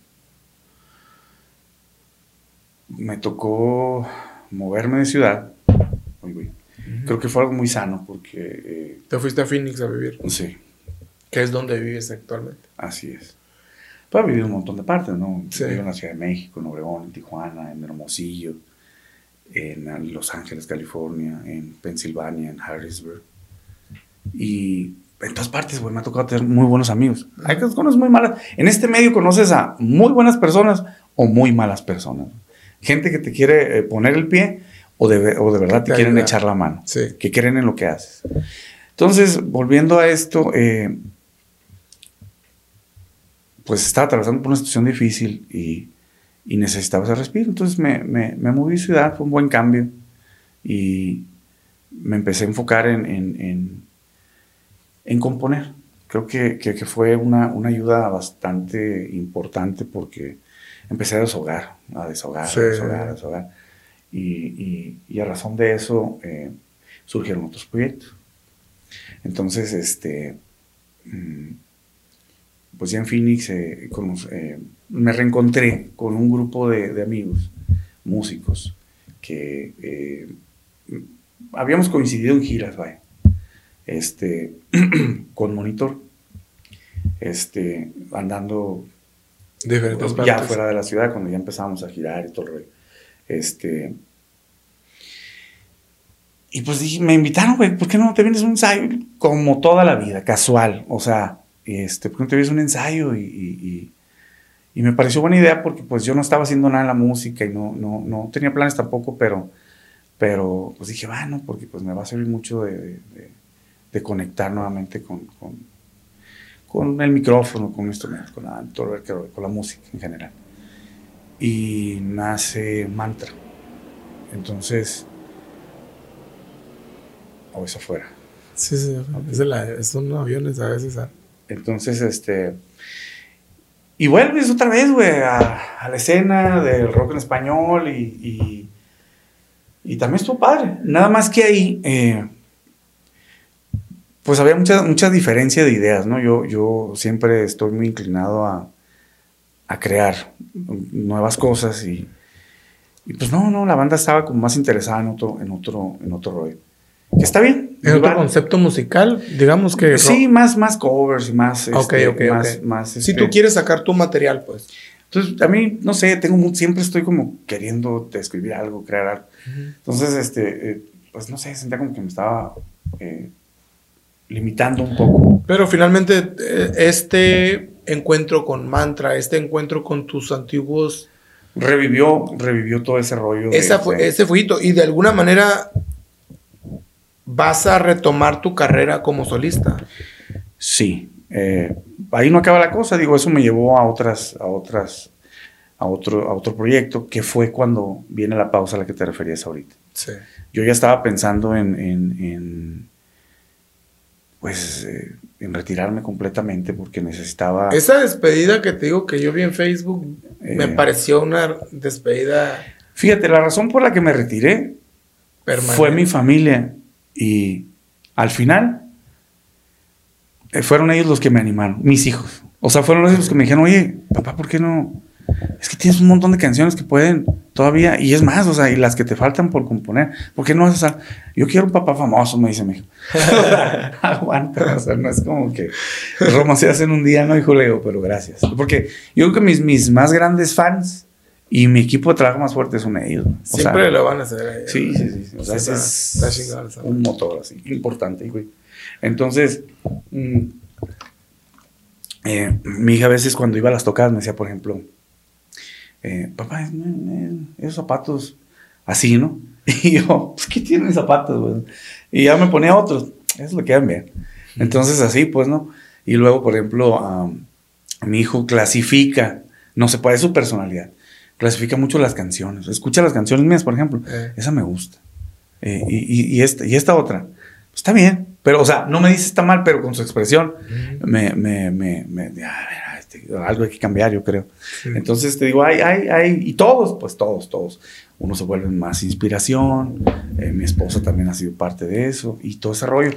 me tocó moverme de ciudad. Uy, uy. Uh-huh. Creo que fue algo muy sano porque... Eh, ¿Te fuiste a Phoenix a vivir? Sí. ¿Qué es donde vives actualmente? Así es. Pues he vivido un montón de partes, ¿no? Sí. Vivo en la Ciudad de México, en Obregón, en Tijuana, en Hermosillo, en Los Ángeles, California, en Pensilvania, en Harrisburg. Y en todas partes, güey, me ha tocado tener muy buenos amigos. Hay cosas muy malas. En este medio conoces a muy buenas personas o muy malas personas. Gente que te quiere eh, poner el pie o de, o de verdad te quieren echar la mano. Sí. Que creen en lo que haces. Entonces, volviendo a esto... Eh, pues estaba atravesando por una situación difícil y, y necesitaba ese respiro. Entonces me, me, me moví de ciudad, fue un buen cambio y me empecé a enfocar en, en, en, en componer. Creo que, que, que fue una, una ayuda bastante importante porque empecé a deshogar, a deshogar, sí. a deshogar, a deshogar. Y, y, y a razón de eso eh, surgieron otros proyectos. Entonces, este... Mmm, pues ya en Phoenix eh, con, eh, me reencontré con un grupo de, de amigos, músicos, que eh, habíamos coincidido en giras, vaya, este, con Monitor, este, andando diferentes ya partes. fuera de la ciudad, cuando ya empezábamos a girar y todo el rollo. Este, y pues dije, me invitaron, güey, ¿por qué no te vienes a un ensayo? Como toda la vida, casual, o sea, Este, porque te ves un ensayo y, y, y, y me pareció buena idea porque pues yo no estaba haciendo nada en la música y no, no, no tenía planes tampoco, pero, pero pues dije, bueno, porque pues me va a servir mucho de, de, de conectar nuevamente con, con, con el micrófono, con un instrumento, con la, con la música en general. Y nace Mantra. Entonces, o oh, es afuera. Sí, sí, okay. es la, son aviones a veces. ¿eh? Entonces, este... Y vuelves otra vez, güey, a, a la escena del rock en español y, y, y también estuvo padre. Nada más que ahí, eh, pues había mucha, mucha diferencia de ideas, ¿no? Yo, yo siempre estoy muy inclinado a, a crear nuevas cosas y, y pues no, no, la banda estaba como más interesada en otro, en otro, en otro rollo. Que está bien. ¿En otro concepto musical? Digamos que... Sí, más, más covers y más... Okay, este, okay, más, okay. más si este, tú quieres sacar tu material, pues. Entonces, a mí, no sé, tengo muy, siempre estoy como queriendo escribir algo, crear algo. Uh-huh. Entonces, este, eh, pues no sé, sentía como que me estaba eh, limitando un poco. Pero finalmente, este encuentro con Mantra, este encuentro con tus antiguos... Revivió, revivió todo ese rollo. Esa de, fue, de... Ese fuito. Y de alguna manera... ¿Vas a retomar tu carrera como solista? Sí. Eh, ahí no acaba la cosa. Digo, eso me llevó a otras, a otras, a otro, a otro proyecto, que fue cuando viene la pausa a la que te referías ahorita. Sí. Yo ya estaba pensando en, en, en pues, eh, en retirarme completamente porque necesitaba... Esa despedida que te digo que yo vi en Facebook, eh, me pareció una despedida... Fíjate, la razón por la que me retiré permanente. Fue mi familia. Y al final, eh, fueron ellos los que me animaron, mis hijos. O sea, fueron ellos los que me dijeron, oye, papá, ¿por qué no? Es que tienes un montón de canciones que pueden todavía, y es más, o sea, y las que te faltan por componer. ¿Por qué no haces? O sea, yo quiero un papá famoso, me dice mi hijo. Aguanta, o sea, no es como que Roma se hace en un día, no, hijo, le digo, pero gracias. Porque yo creo que mis, mis más grandes fans y mi equipo de trabajo más fuerte son ellos. O Siempre sea, lo van a hacer. Ahí, sí, sí, sí, sí. O sea, ese es está chingado, un motor así, importante, güey. Entonces, mmm, eh, mi hija a veces cuando iba a las tocadas me decía, por ejemplo, eh, papá, esos zapatos así, ¿no? Y yo, pues, ¿qué tienen zapatos, güey? Y ya me ponía otros, eso lo quedan bien. Entonces, así, pues, ¿no? Y luego, por ejemplo, um, mi hijo clasifica, no se puede, su personalidad, clasifica mucho las canciones. Escucha las canciones mías, por ejemplo, eh. esa me gusta. Eh, y, y, y, esta, y esta otra, está bien. Pero, o sea, no me dice está mal, pero con su expresión uh-huh. me, me, me, me, ah, este, algo hay que cambiar, yo creo. Sí. Entonces te digo, hay, hay, hay, y todos, pues todos, todos. Unos se vuelven más inspiración. Eh, mi esposa también ha sido parte de eso y todo ese rollo.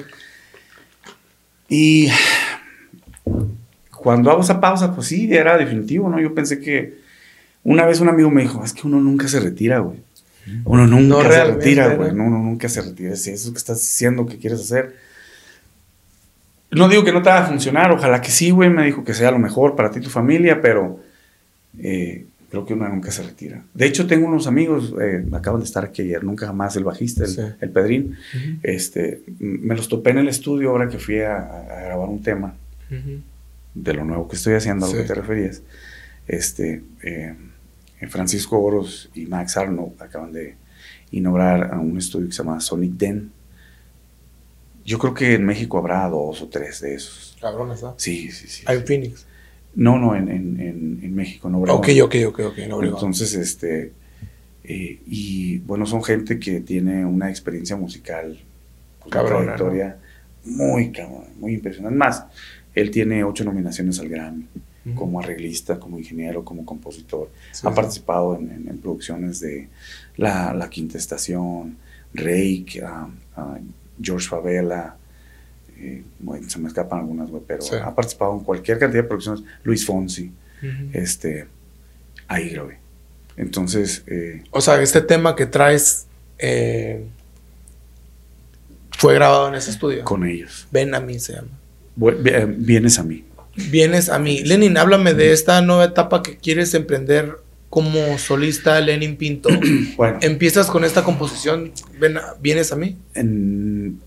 Y cuando hago esa pausa, pues sí, era definitivo, ¿no? Yo pensé que una vez un amigo me dijo, es que uno nunca se retira, güey. Uno nunca no se retira, güey. No, uno nunca se retira. Si eso que estás diciendo que quieres hacer. No digo que no te va a funcionar, ojalá que sí, güey. Me dijo que sea lo mejor para ti y tu familia, pero eh, creo que uno nunca se retira. De hecho, tengo unos amigos, eh, acaban de estar aquí ayer, nunca jamás, el bajista, el, sí. el Pedrín. Uh-huh. este, me los topé en el estudio ahora que fui a, a grabar un tema uh-huh. de lo nuevo que estoy haciendo, a lo sí. que te referías. Este, eh, Francisco Oros y Max Arnold acaban de inaugurar un estudio que se llama Sonic Den. Yo creo que en México habrá dos o tres de esos. Cabrones, ¿no? Sí, sí, sí. ¿Hay en Phoenix? No, no, en, en, en, en México, en Obregón. Ok, ok, ok, ok, en Obregón. Entonces, este, eh, y bueno, son gente que tiene una experiencia musical, pues, cabrona, una trayectoria ¿no? muy cabrón, muy impresionante. Más, él tiene ocho nominaciones al Grammy, uh-huh. como arreglista, como ingeniero, como compositor. Sí, ha sí. participado en, en, en producciones de La, la Quinta Estación, Rake, uh, uh, George Favela, eh, bueno, se me escapan algunas, güey, pero sí. ha participado en cualquier cantidad de producciones. Luis Fonsi, uh-huh. este, ahí grabé. Entonces, eh, o sea, este tema que traes eh, fue grabado en ese estudio. Con ellos. Ven a mí se llama. Vienes a mí. Vienes a mí. Lenin, háblame de esta nueva etapa que quieres emprender como solista, Lenin Pinto. Bueno. Empiezas con esta composición, ven a, ¿vienes a mí? En...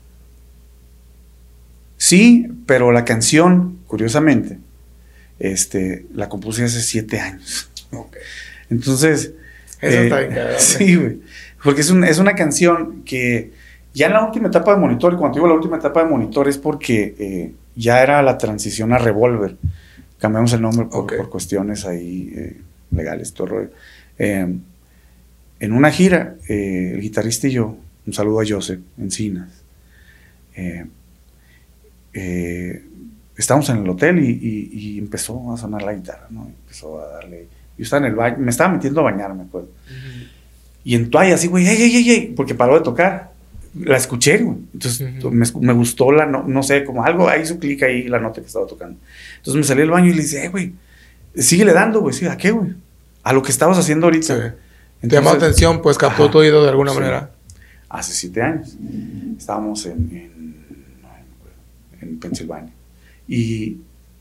Sí, pero la canción, curiosamente, este, la compuse hace siete años. Okay. Entonces... Eso eh, está bien cagado. Sí, güey. Porque es, un, es una canción que ya en la última etapa de Monitor, y cuando digo la última etapa de Monitor es porque eh, ya era la transición a Revolver. Cambiamos el nombre por, okay. por cuestiones ahí... Eh, legales, todo el rollo. Eh, en una gira, eh, el guitarrista y yo, un saludo a Joseph Encinas, eh, eh, estábamos en el hotel y, y, y empezó a sonar la guitarra, ¿no? Empezó a darle. Yo estaba en el baño, me estaba metiendo a bañar, me acuerdo. Uh-huh. Y en toalla, así, güey, ey, ey, ey, ey, porque paró de tocar. La escuché, güey. Entonces uh-huh. me, me gustó la, no, no sé, como algo, ahí hizo clic ahí la nota que estaba tocando. Entonces me salí del baño y le dije, eh, güey, síguele dando, güey. ¿Sí? ¿A qué, güey? A lo que estabas haciendo ahorita. Sí. Entonces, te llamó atención, pues captó ajá, tu oído de alguna sí. manera. Hace siete años. Estábamos en, en, en Pensilvania. Y,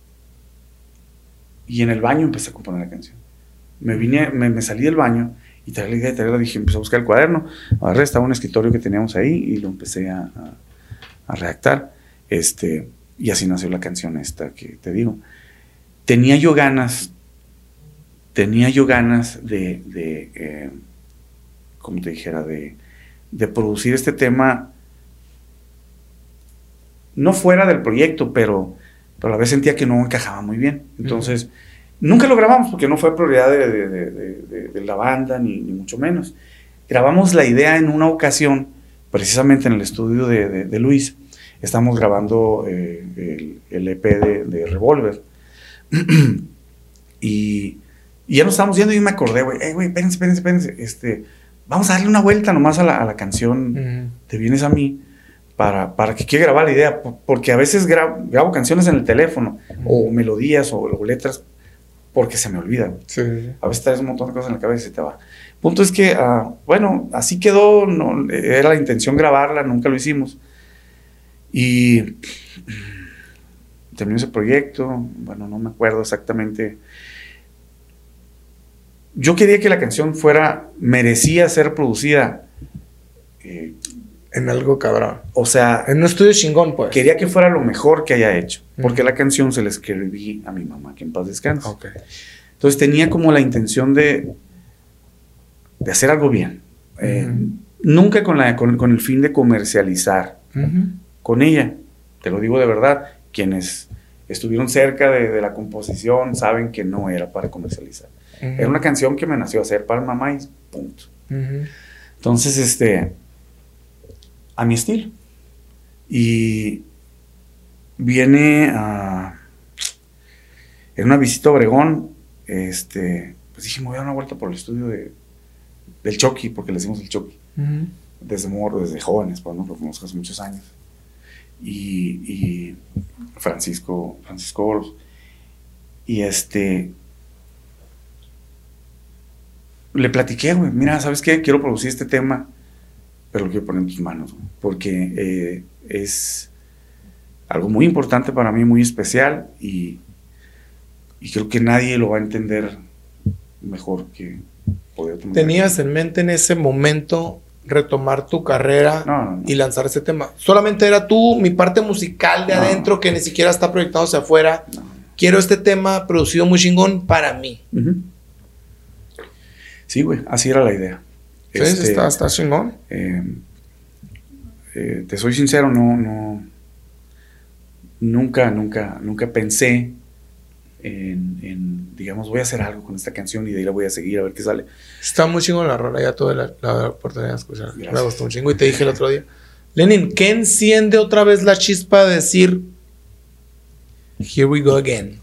y en el baño empecé a componer la canción. Me vine, me, me salí del baño y traía la idea de traerla. Dije, empecé a buscar el cuaderno. Agarré, estaba un escritorio que teníamos ahí y lo empecé a, a, a redactar. Este, y así nació la canción esta que te digo. Tenía yo ganas... Tenía yo ganas de, de eh, como te dijera, de, de producir este tema, no fuera del proyecto, pero, pero a la vez sentía que no encajaba muy bien. Entonces, uh-huh. nunca lo grabamos porque no fue prioridad de, de, de, de, de la banda, ni, ni mucho menos. Grabamos la idea en una ocasión, precisamente en el estudio de, de, de Luis. Estamos grabando eh, el, el E P de, de Revolver. y... Y ya nos estábamos viendo y me acordé, güey, eh, güey, espérense, espérense, espérense, este, vamos a darle una vuelta nomás a la, a la canción uh-huh. Te vienes a mí, para, para que quiera grabar la idea, porque a veces grabo, grabo canciones en el teléfono, uh-huh. o melodías, o, o letras, porque se me olvida. Sí. A veces traes un montón de cosas en la cabeza y se te va. El punto es que, uh, bueno, así quedó, no, era la intención grabarla, nunca lo hicimos. Y terminó ese proyecto, bueno, no me acuerdo exactamente. Yo quería que la canción fuera, merecía ser producida. Eh, en algo cabrón. O sea, en un estudio chingón, pues. Quería que fuera lo mejor que haya hecho. Porque uh-huh. la canción se la escribí a mi mamá, que en paz descanse. Okay. Entonces tenía como la intención de, de hacer algo bien. Uh-huh. Eh, nunca con, la, con, con el fin de comercializar uh-huh. con ella. Te lo digo de verdad. Quienes estuvieron cerca de, de la composición saben que no era para comercializar. Uh-huh. Era una canción que me nació hacer para mamá y punto. Uh-huh. Entonces, este... a mi estilo. Y viene a... en una visita a Obregón, este, pues dije, me voy a dar una vuelta por el estudio de, del Chucky, porque le decimos el Chucky. Uh-huh. Desde morro, desde jóvenes, pues, ¿no? Lo conozco hace muchos años. Y, y Francisco, Francisco Oros. Y este... le platiqué, güey, mira, ¿sabes qué? Quiero producir este tema, pero lo quiero poner en tus manos, güey, porque eh, es algo muy importante para mí, muy especial, y, y creo que nadie lo va a entender mejor que poder tomar. ¿Tenías en mente en ese momento retomar tu carrera no, no, no. y lanzar ese tema? Solamente era tú, mi parte musical de no. adentro, que ni siquiera está proyectado hacia afuera. No. Quiero este tema producido muy chingón para mí. Uh-huh. Sí, güey, así era la idea. Sí, este, está, está chingón. Eh, eh, te soy sincero, no, no, nunca, nunca, nunca pensé en, en, digamos, voy a hacer algo con esta canción y de ahí la voy a seguir a ver qué sale. Está muy chingón la rola, ya tuve la, la oportunidad de escuchar. Me gustó un chingo y te dije el otro día, Lenin, ¿qué enciende otra vez la chispa de decir, here we go again?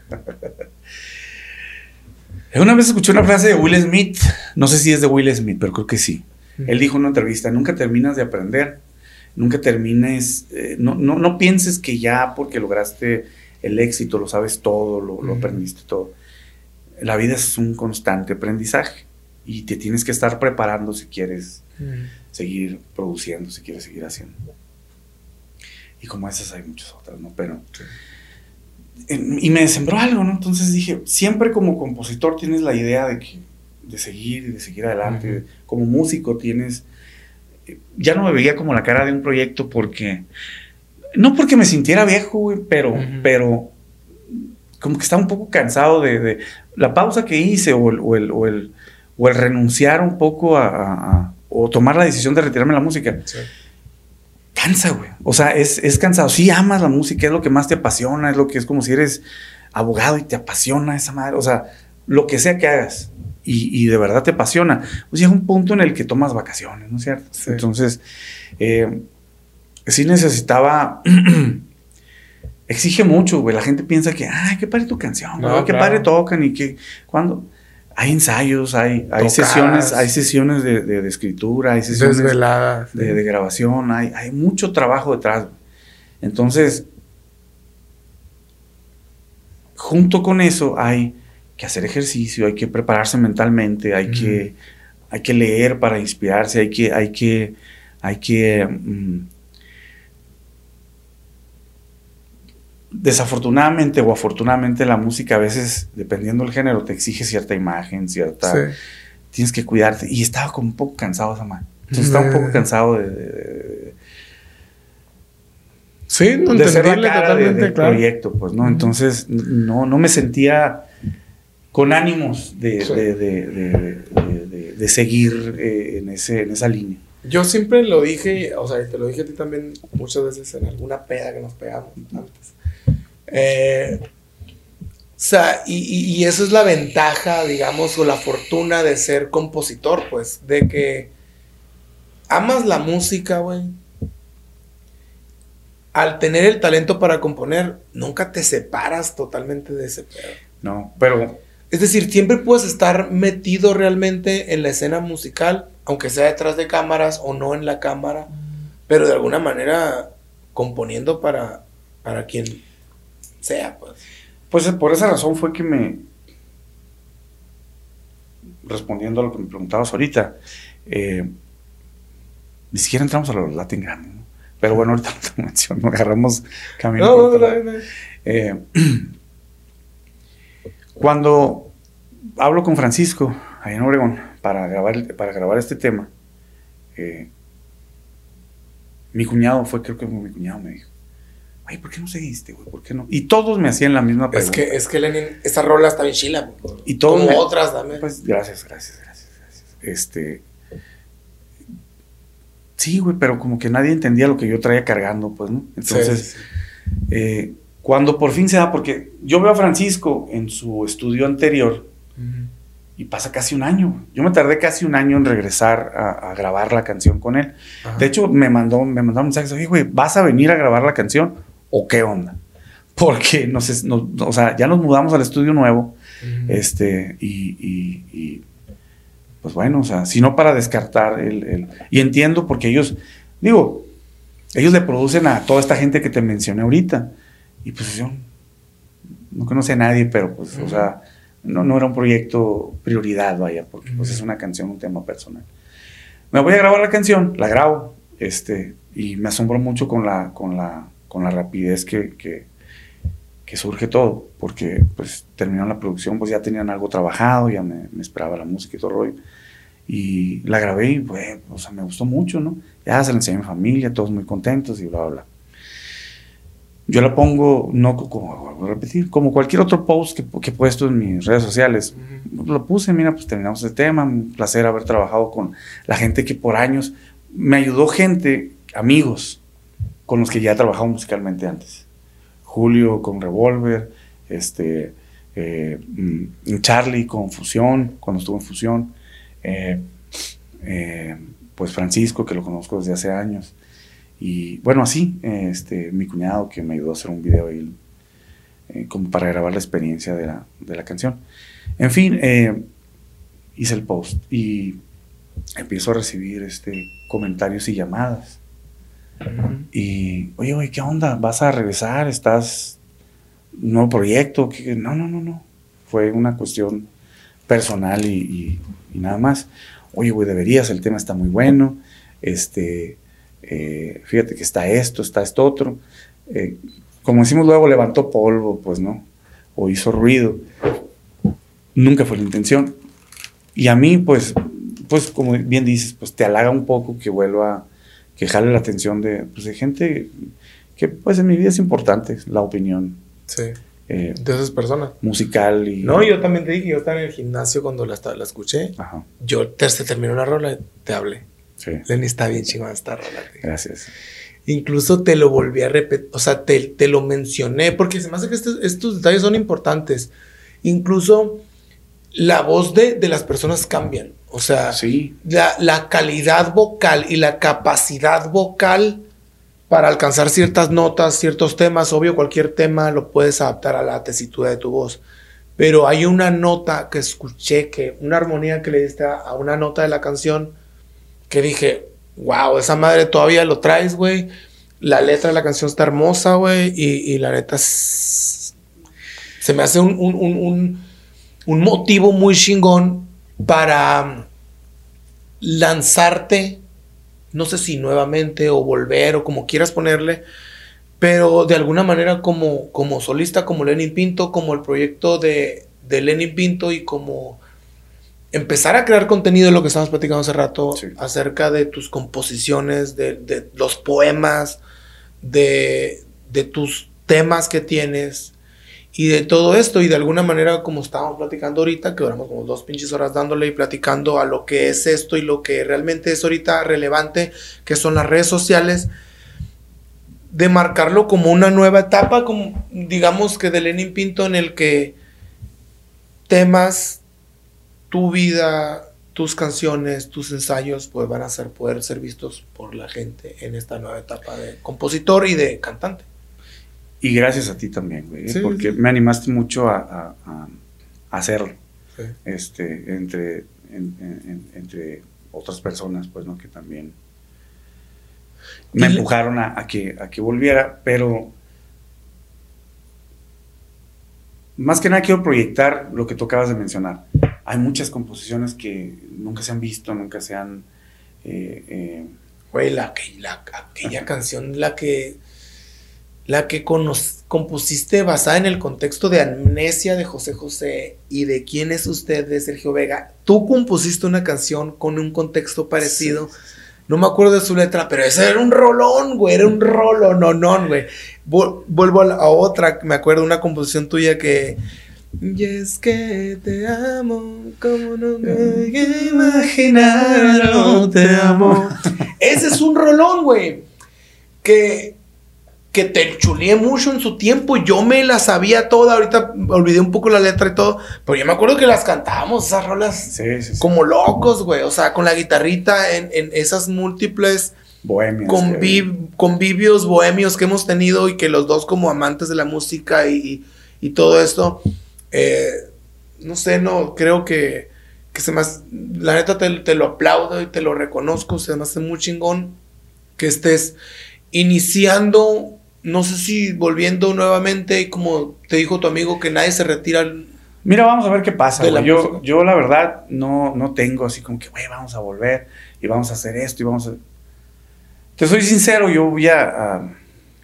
Una vez escuché una frase de Will Smith, no sé si es de Will Smith, pero creo que sí. Uh-huh. Él dijo en una entrevista, nunca terminas de aprender, nunca termines, eh, no, no, no pienses que ya porque lograste el éxito, lo sabes todo, lo, uh-huh. lo aprendiste todo. La vida es un constante aprendizaje y te tienes que estar preparando si quieres uh-huh. seguir produciendo, si quieres seguir haciendo. Y como esas hay muchas otras, ¿no? Pero... sí. Y me sembró algo, ¿no? Entonces dije, siempre como compositor tienes la idea de que de seguir y de seguir adelante. Uh-huh. Como músico tienes... Ya no me veía como la cara de un proyecto porque... No porque me sintiera viejo, güey, pero, uh-huh. pero como que estaba un poco cansado de... de la pausa que hice o el, o el, o el, o el renunciar un poco a, a, a... o tomar la decisión de retirarme de la música. Sí. Cansa, güey. O sea, es, es cansado. Sí amas la música, es lo que más te apasiona, es lo que es como si eres abogado y te apasiona esa madre. O sea, lo que sea que hagas y, y de verdad te apasiona. Pues llega un punto en el que tomas vacaciones, ¿no es cierto? Sí. Entonces, eh, sí necesitaba... exige mucho, güey. La gente piensa que, ay, qué padre tu canción, no, güey, qué claro. padre tocan y que... ¿Cuándo? Hay ensayos, hay, hay sesiones, hay sesiones de, de, de escritura, hay sesiones desveladas, de, sí. de grabación, hay, hay mucho trabajo detrás. Entonces, junto con eso hay que hacer ejercicio, hay que prepararse mentalmente, hay, mm. que, hay que leer para inspirarse, hay que, hay que, hay que mm, desafortunadamente o afortunadamente la música a veces, dependiendo del género, te exige cierta imagen, cierta... Sí. Tienes que cuidarte. Y estaba como un poco cansado esa mano. Entonces estaba un poco cansado de... de, de sí, no de ser la cara totalmente, de, del claro. proyecto, pues, ¿no? Entonces no, no me sentía con ánimos de, sí. de, de, de, de, de, de seguir eh, en, ese, en esa línea. Yo siempre lo dije, o sea, te lo dije a ti también muchas veces en alguna peda que nos pegamos antes. Eh, o sea, y, y, y eso es la ventaja, digamos, o la fortuna de ser compositor, pues, de que amas la música, güey. Al tener el talento para componer, nunca te separas totalmente de ese pedo. No, pero... Es decir, siempre puedes estar metido realmente en la escena musical, aunque sea detrás de cámaras o no en la cámara, pero de alguna manera componiendo para, para quien sea, pues. Pues por esa razón fue que me, respondiendo a lo que me preguntabas ahorita, eh, ni siquiera entramos a los Latin Grammy, ¿no? Pero bueno, ahorita no te menciono, agarramos camino. No, no, no, no. Eh, cuando hablo con Francisco, ahí en Obregón, para grabar, para grabar este tema, eh, mi cuñado fue, creo que mi cuñado me dijo, ay, ¿por qué no seguiste, güey? ¿Por qué no? Y todos me hacían la misma pregunta. Es que, es que Lenin, esa rola está bien chila, güey. Y todos como me, otras también. Pues gracias, gracias, gracias, gracias. Este, sí, güey, pero como que nadie entendía lo que yo traía cargando, pues, ¿no? Entonces, sí, sí. Eh, cuando por fin se da, porque yo veo a Francisco en su estudio anterior, uh-huh, y pasa casi un año. Yo me tardé casi un año en regresar a, a grabar la canción con él. Ajá. De hecho, me mandó, me mandó mensajes, oye, güey, ¿vas a venir a grabar la canción o qué onda? Porque, no sé, no, o sea, ya nos mudamos al estudio nuevo, uh-huh, este, y, y, y, pues bueno, o sea, si no para descartar el, el... Y entiendo porque ellos, digo, ellos le producen a toda esta gente que te mencioné ahorita, y pues yo no conoce a nadie, pero pues, uh-huh, o sea, no, no era un proyecto prioridad, vaya, porque uh-huh, pues es una canción, un tema personal. Me voy a grabar la canción, la grabo, este, y me asombró mucho con la, con la, con la rapidez que, que, que surge todo, porque pues terminaron la producción, pues ya tenían algo trabajado, ya me, me esperaba la música y todo el rollo, y la grabé y pues, o sea, me gustó mucho, ¿no? Ya se la enseñé a mi familia, todos muy contentos y bla, bla, bla. Yo la pongo, no como, voy a repetir, como cualquier otro post que, que he puesto en mis redes sociales. Uh-huh. Lo puse, mira, pues terminamos el tema, un placer haber trabajado con la gente que por años me ayudó, gente, amigos, con los que ya he trabajado musicalmente antes. Julio con Revolver, este, eh, Charlie con Fusión, cuando estuvo en Fusión, eh, eh, pues Francisco, que lo conozco desde hace años. Y bueno, así, este, mi cuñado que me ayudó a hacer un video ahí, eh, como para grabar la experiencia de la, de la canción. En fin, eh, hice el post y empiezo a recibir este, comentarios y llamadas. Uh-huh. Y, oye, oye, ¿qué onda? ¿Vas a regresar? ¿Estás un nuevo proyecto? ¿Qué? No, no, no, no. Fue una cuestión personal y, y, y nada más. Oye, güey, deberías, el tema está muy bueno. Este... Eh, fíjate que está esto, está esto otro, eh, como decimos luego, levantó polvo, pues, ¿no? O hizo ruido. Nunca fue la intención. Y a mí, pues, pues como bien dices, pues te halaga un poco que vuelva, que jale la atención de, pues, de gente que, pues, en mi vida es importante, la opinión. Sí. Eh, de esas personas. Musical y... No, yo también te dije, yo estaba en el gimnasio cuando la, la escuché. Ajá. Yo te, te terminó la rola y te hablé. Sí. Lenny, está bien chingada esta rola, tío. Gracias. Incluso te lo volví a repetir, o sea, te, te lo mencioné, porque se me hace que este, estos detalles son importantes. Incluso la voz de, de las personas cambian. O sea, sí, la, la calidad vocal y la capacidad vocal para alcanzar ciertas notas, ciertos temas. Obvio, cualquier tema lo puedes adaptar a la tesitura de tu voz. Pero hay una nota que escuché, que una armonía que le diste a, a una nota de la canción, que dije, wow, esa madre todavía lo traes, güey. La letra de la canción está hermosa, güey. Y, y la neta es, se me hace un, un, un, un, un motivo muy chingón para lanzarte, no sé si nuevamente o volver o como quieras ponerle, pero de alguna manera como, como solista, como Lenny Pinto, como el proyecto de, de Lenny Pinto y como... empezar a crear contenido de lo que estábamos platicando hace rato, sí, acerca de tus composiciones, de, de los poemas, de, de tus temas que tienes y de todo esto. Y de alguna manera, como estábamos platicando ahorita, que duramos como dos pinches horas dándole y platicando a lo que es esto y lo que realmente es ahorita relevante, que son las redes sociales, de marcarlo como una nueva etapa, como digamos que de Lenny Pinto, en el que temas, tu vida, tus canciones, tus ensayos, pues van a ser, poder ser vistos por la gente en esta nueva etapa de compositor y de cantante. Y gracias a ti también, güey, sí, porque sí. me animaste mucho a, a, a hacerlo, sí. este, entre, en, en, entre otras personas, pues, ¿no? Que también, me empujaron a, a, que, a que volviera, pero más que nada quiero proyectar lo que tú acabas de mencionar. Hay muchas composiciones que nunca se han visto, nunca se han... Eh, eh, Güey, la, la, aquella ajá. canción, la que... La que cono- compusiste basada en el contexto de Amnesia de José José y de ¿Quién es usted? De Sergio Vega. Tú compusiste una canción con un contexto parecido. Sí. No me acuerdo de su letra, pero ese era un rolón, güey. Era un rolón, no, no, güey. Vu- vuelvo a, la, a otra, me acuerdo una composición tuya que... Y es que te amo, como no me voy a imaginar, no te amo. Ese es un rolón, güey. Que... que te chuleé mucho en su tiempo, yo me la sabía toda, ahorita olvidé un poco la letra y todo, pero yo me acuerdo que las cantábamos, esas rolas, sí, sí, sí. como locos, güey, o sea, con la guitarrita en, en esas múltiples bohemios, conviv- convivios bohemios que hemos tenido y que los dos como amantes de la música y, y todo esto, eh, no sé, no, creo que, que se me hace, la neta te, te lo aplaudo y te lo reconozco, se me hace muy chingón que estés iniciando. No sé si volviendo nuevamente, y como te dijo tu amigo, que nadie se retira. Mira, vamos a ver qué pasa. Yo, yo la verdad no, no tengo así como que, güey, vamos a volver y vamos a hacer esto y vamos a... Te soy sincero, yo voy a, a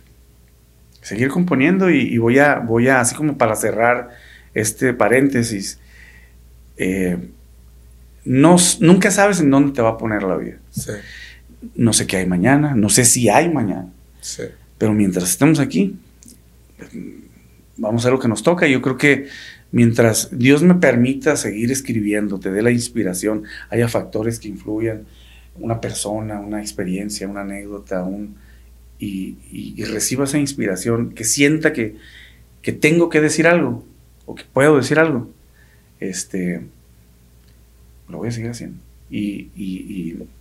seguir componiendo y, y voy a, voy a, así como para cerrar este paréntesis, eh, no, nunca sabes en dónde te va a poner la vida. Sí. No sé qué hay mañana, no sé si hay mañana. Sí. Pero mientras estemos aquí, vamos a hacer lo que nos toca. Yo creo que mientras Dios me permita seguir escribiendo, te dé la inspiración, haya factores que influyan, una persona, una experiencia, una anécdota, un, y, y, y reciba esa inspiración, que sienta que, que tengo que decir algo, o que puedo decir algo, este, lo voy a seguir haciendo. Y... y, y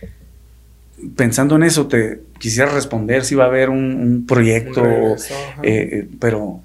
pensando en eso, te quisiera responder si va a haber un, un proyecto, un regreso, eh, eh, pero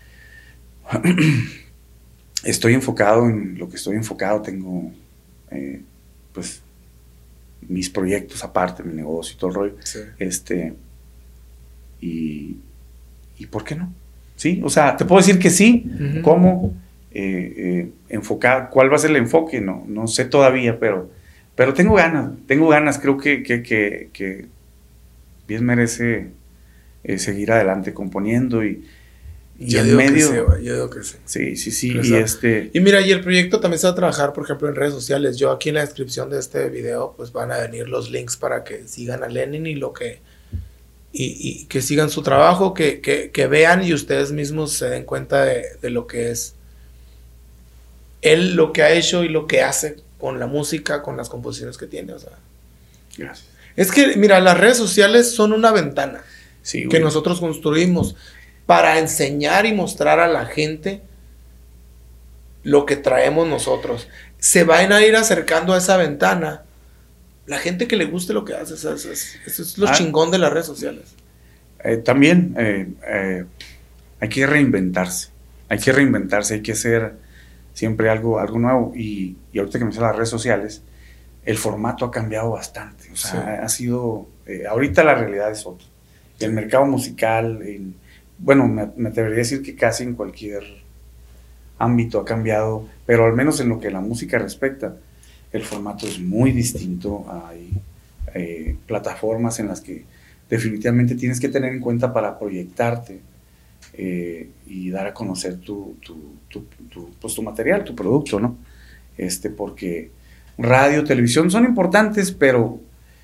estoy enfocado en lo que estoy enfocado. Tengo eh, pues mis proyectos aparte, mi negocio y todo el rollo. Sí. Este, y, y ¿por qué no? Sí, o sea, te puedo decir que sí. Uh-huh. ¿Cómo? Eh, eh, enfocar, ¿cuál va a ser el enfoque? No, no sé todavía, pero Pero tengo ganas, tengo ganas, creo que, que, que, que bien merece eh, seguir adelante componiendo y, y yo en digo medio... Que sí, güey, yo digo que sí. Sí, sí, sí. Y, este... y mira, y el proyecto también se va a trabajar, por ejemplo, en redes sociales. Yo aquí en la descripción de este video, pues van a venir los links para que sigan a Lenin y lo que... Y, y que sigan su trabajo, que, que, que vean y ustedes mismos se den cuenta de, de lo que es él, lo que ha hecho y lo que hace con la música, con las composiciones que tiene, o sea. Gracias. Es que, mira, las redes sociales son una ventana sí, que nosotros construimos para enseñar y mostrar a la gente lo que traemos nosotros. Se van a ir acercando a esa ventana la gente que le guste lo que hace. Eso es, eso es lo ah, chingón de las redes sociales. Eh, también eh, eh, hay que reinventarse. Hay que reinventarse, hay que hacer siempre algo, algo nuevo, y, y ahorita que me salen las redes sociales, el formato ha cambiado bastante, o sea, sí. ha sido, eh, ahorita la realidad es otra, sí. El mercado musical, en, bueno, me, me atrevería a decir que casi en cualquier ámbito ha cambiado, pero al menos en lo que la música respecta, el formato es muy distinto, hay eh, plataformas en las que definitivamente tienes que tener en cuenta para proyectarte, Eh, y dar a conocer tu, tu, tu, tu, pues tu material, tu producto, ¿no? Este, porque radio, televisión son importantes, pero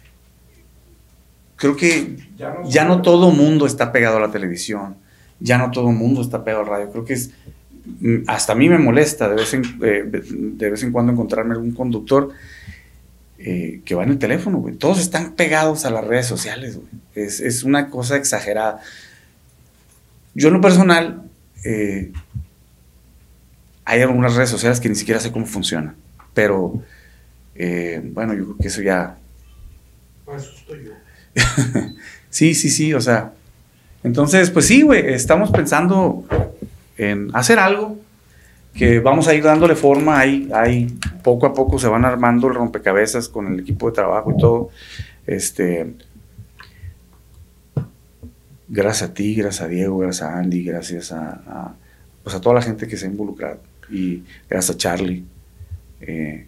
creo que ya no, ya no todo mundo está pegado a la televisión, ya no todo mundo está pegado al radio. Creo que es, hasta a mí me molesta de vez en, eh, de vez en cuando encontrarme algún conductor eh, que va en el teléfono, güey. Todos están pegados a las redes sociales, güey. Es, es una cosa exagerada. Yo en lo personal, eh, hay algunas redes sociales que ni siquiera sé cómo funcionan, pero eh, bueno, yo creo que eso ya... Para eso estoy yo. sí, sí, sí, o sea, entonces, pues sí, güey, estamos pensando en hacer algo que vamos a ir dándole forma, ahí, ahí poco a poco se van armando el rompecabezas con el equipo de trabajo y todo, este... gracias a ti, gracias a Diego, gracias a Andy, gracias a, a, pues a toda la gente que se ha involucrado. Y gracias a Charlie. Eh,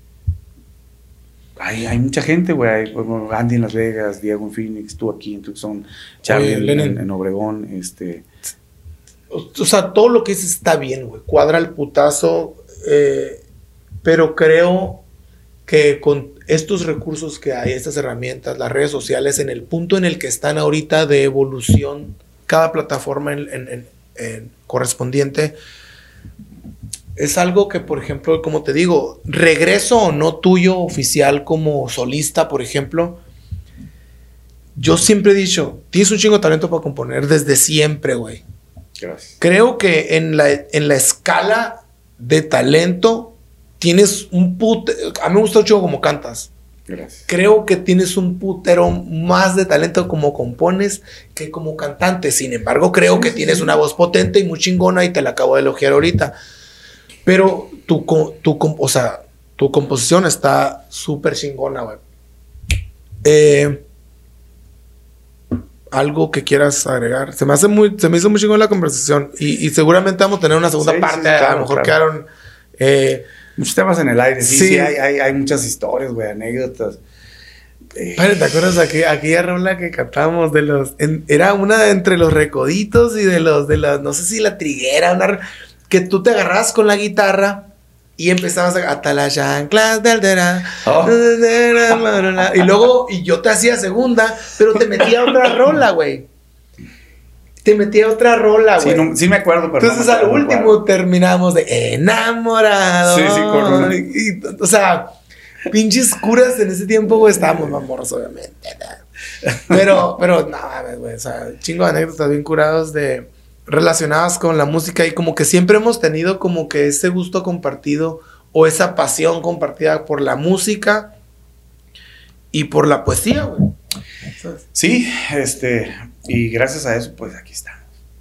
hay, hay mucha gente, güey. Hay, bueno, Andy en Las Vegas, Diego en Phoenix, tú aquí en Tucson, Charlie Oye, en, en, en Obregón. Este. O sea, todo lo que dices está bien, güey. Cuadra el putazo. Eh, pero creo que con estos recursos que hay, estas herramientas, las redes sociales, en el punto en el que están ahorita de evolución, cada plataforma en, en, en, en correspondiente, es algo que, por ejemplo, como te digo, regreso o no tuyo oficial como solista, por ejemplo, yo siempre he dicho, tienes un chingo de talento para componer desde siempre, güey. Gracias. Creo que en la, en la escala de talento tienes un putero. A mí me gusta mucho como cantas. Gracias. Creo que tienes un putero más de talento como compones que como cantante. Sin embargo, creo sí, que sí, tienes sí. una voz potente y muy chingona y te la acabo de elogiar ahorita. Pero tu, tu, o sea, tu composición está súper chingona, güey. Eh, algo que quieras agregar. Se me hace muy, se me hizo muy chingón la conversación y, y seguramente vamos a tener una segunda sí, parte. Sí, claro, a lo mejor claro. quedaron eh, muchos temas en el aire. Sí, sí, sí hay, hay, hay muchas historias, güey, anécdotas. Eh. Padre, ¿te acuerdas de aquella, aquella rola que cantábamos de los, en, era una de entre los recoditos y de los, de las, no sé si la triguera, una, que tú te agarrabas con la guitarra y empezabas a hasta las chanclas de aldera. Oh. Y luego, y yo te hacía segunda, pero te metía otra rola, güey. Te metía otra rola, güey. Sí, no, sí me acuerdo, pero entonces, no al último acuerdo. Terminamos de enamorado. Sí, sí, correcto. Y, y, o sea, pinches curas en ese tiempo, güey, estábamos mamorros, obviamente. ¿no? Pero, pero, no, güey, o sea, chingo de anécdotas bien curados de relacionadas con la música y como que siempre hemos tenido como que ese gusto compartido o esa pasión compartida por la música y por la poesía, güey. ¿Sabes? Sí, este, y gracias a eso, pues aquí estamos.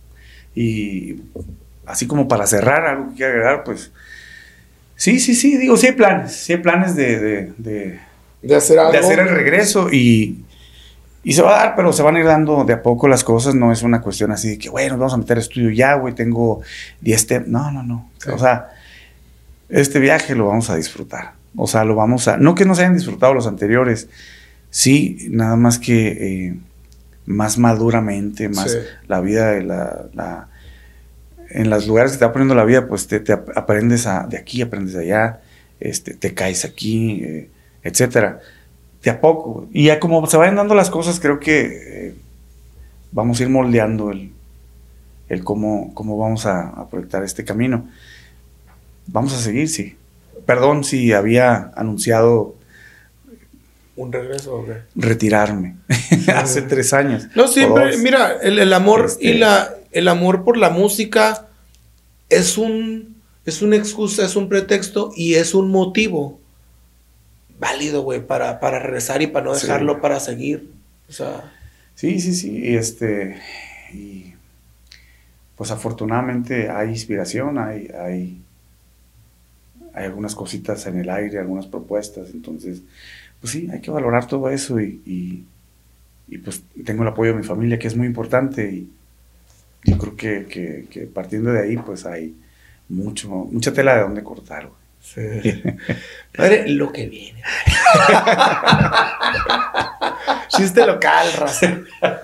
Y así como para cerrar, algo que quiera agregar, pues sí, sí, sí, digo, sí hay planes, sí hay planes de, de, de, de, hacer, algo. de hacer el regreso y Y se va a dar, pero se van a ir dando de a poco las cosas. No es una cuestión así de que, güey, nos vamos a meter al estudio ya, güey, tengo diez temas. No, no, no. Sí. O sea, este viaje lo vamos a disfrutar. O sea, lo vamos a... No que no se hayan disfrutado los anteriores. Sí, nada más que eh, más maduramente, más sí. la vida de la, la... En los lugares que te va poniendo la vida, pues te, te aprendes a, de aquí, aprendes de allá, este, te caes aquí, eh, etcétera. De a poco. Y ya como se vayan dando las cosas, creo que eh, vamos a ir moldeando el, el cómo, cómo vamos a, a proyectar este camino. Vamos a seguir, sí. Perdón si había anunciado... ¿Un regreso o qué? Retirarme. Sí. Hace tres años. No, siempre, mira, el, el amor este... y la, el amor por la música es un, es una excusa, es un pretexto y es un motivo válido, güey, para, para regresar y para no dejarlo, sí. para seguir. O sea... Sí, sí, sí. Y este... Y pues afortunadamente hay inspiración, hay, hay, hay algunas cositas en el aire, algunas propuestas. Entonces, pues sí, hay que valorar todo eso y, y, y pues tengo el apoyo de mi familia, que es muy importante. Y yo creo que, que, que partiendo de ahí, pues hay mucho, mucha tela de dónde cortar, güey. Sí. Padre, lo que viene. Chiste local, raza.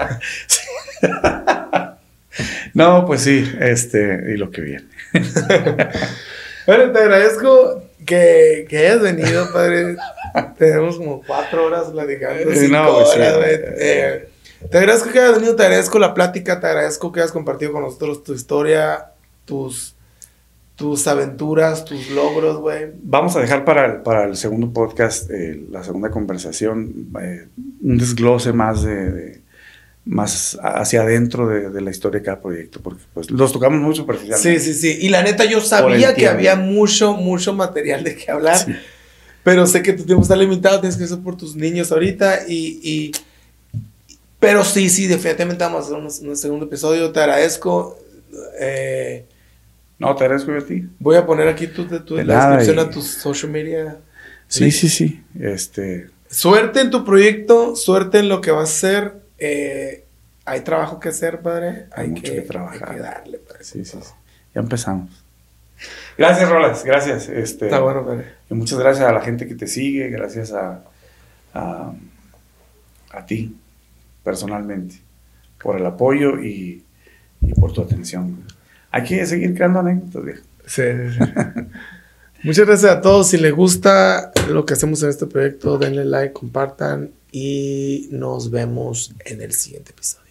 No, pues sí, este, y lo que viene. Bueno, te agradezco que, que hayas venido, padre. Tenemos como cuatro horas platicando. Cinco no, horas, sí. eh, te agradezco que hayas venido, te agradezco la plática, te agradezco que hayas compartido con nosotros tu historia, tus... tus aventuras, tus logros, güey. Vamos a dejar para el, para el segundo podcast, eh, la segunda conversación, eh, un desglose más de, de más hacia adentro de, de la historia de cada proyecto, porque pues los tocamos muy superficialmente. Sí, sí, sí. Y la neta yo sabía que había mucho, mucho material de qué hablar, sí. Pero sé que tu tiempo está limitado, tienes que hacer por tus niños ahorita y... y pero sí, sí, definitivamente vamos a hacer un, un segundo episodio. Te agradezco. Eh... No, te agradezco a ti. Voy a poner aquí tu, tu, la descripción y... a tus social media. Sí, sí, sí. Este... Suerte en tu proyecto, suerte en lo que vas a hacer. Eh, hay trabajo que hacer, padre. Hay, Hay mucho que, que trabajar. Hay que darle, padre. Sí, sí, sí. Ya empezamos. Gracias, Rolas, gracias. Este, Está bueno, padre. Y muchas gracias a la gente que te sigue, gracias a, a, a ti, personalmente, por el apoyo y, y por tu atención. Hay que seguir creando anécdotas, viejo. Sí, sí, sí. Muchas gracias a todos. Si les gusta lo que hacemos en este proyecto, denle like, compartan y nos vemos en el siguiente episodio.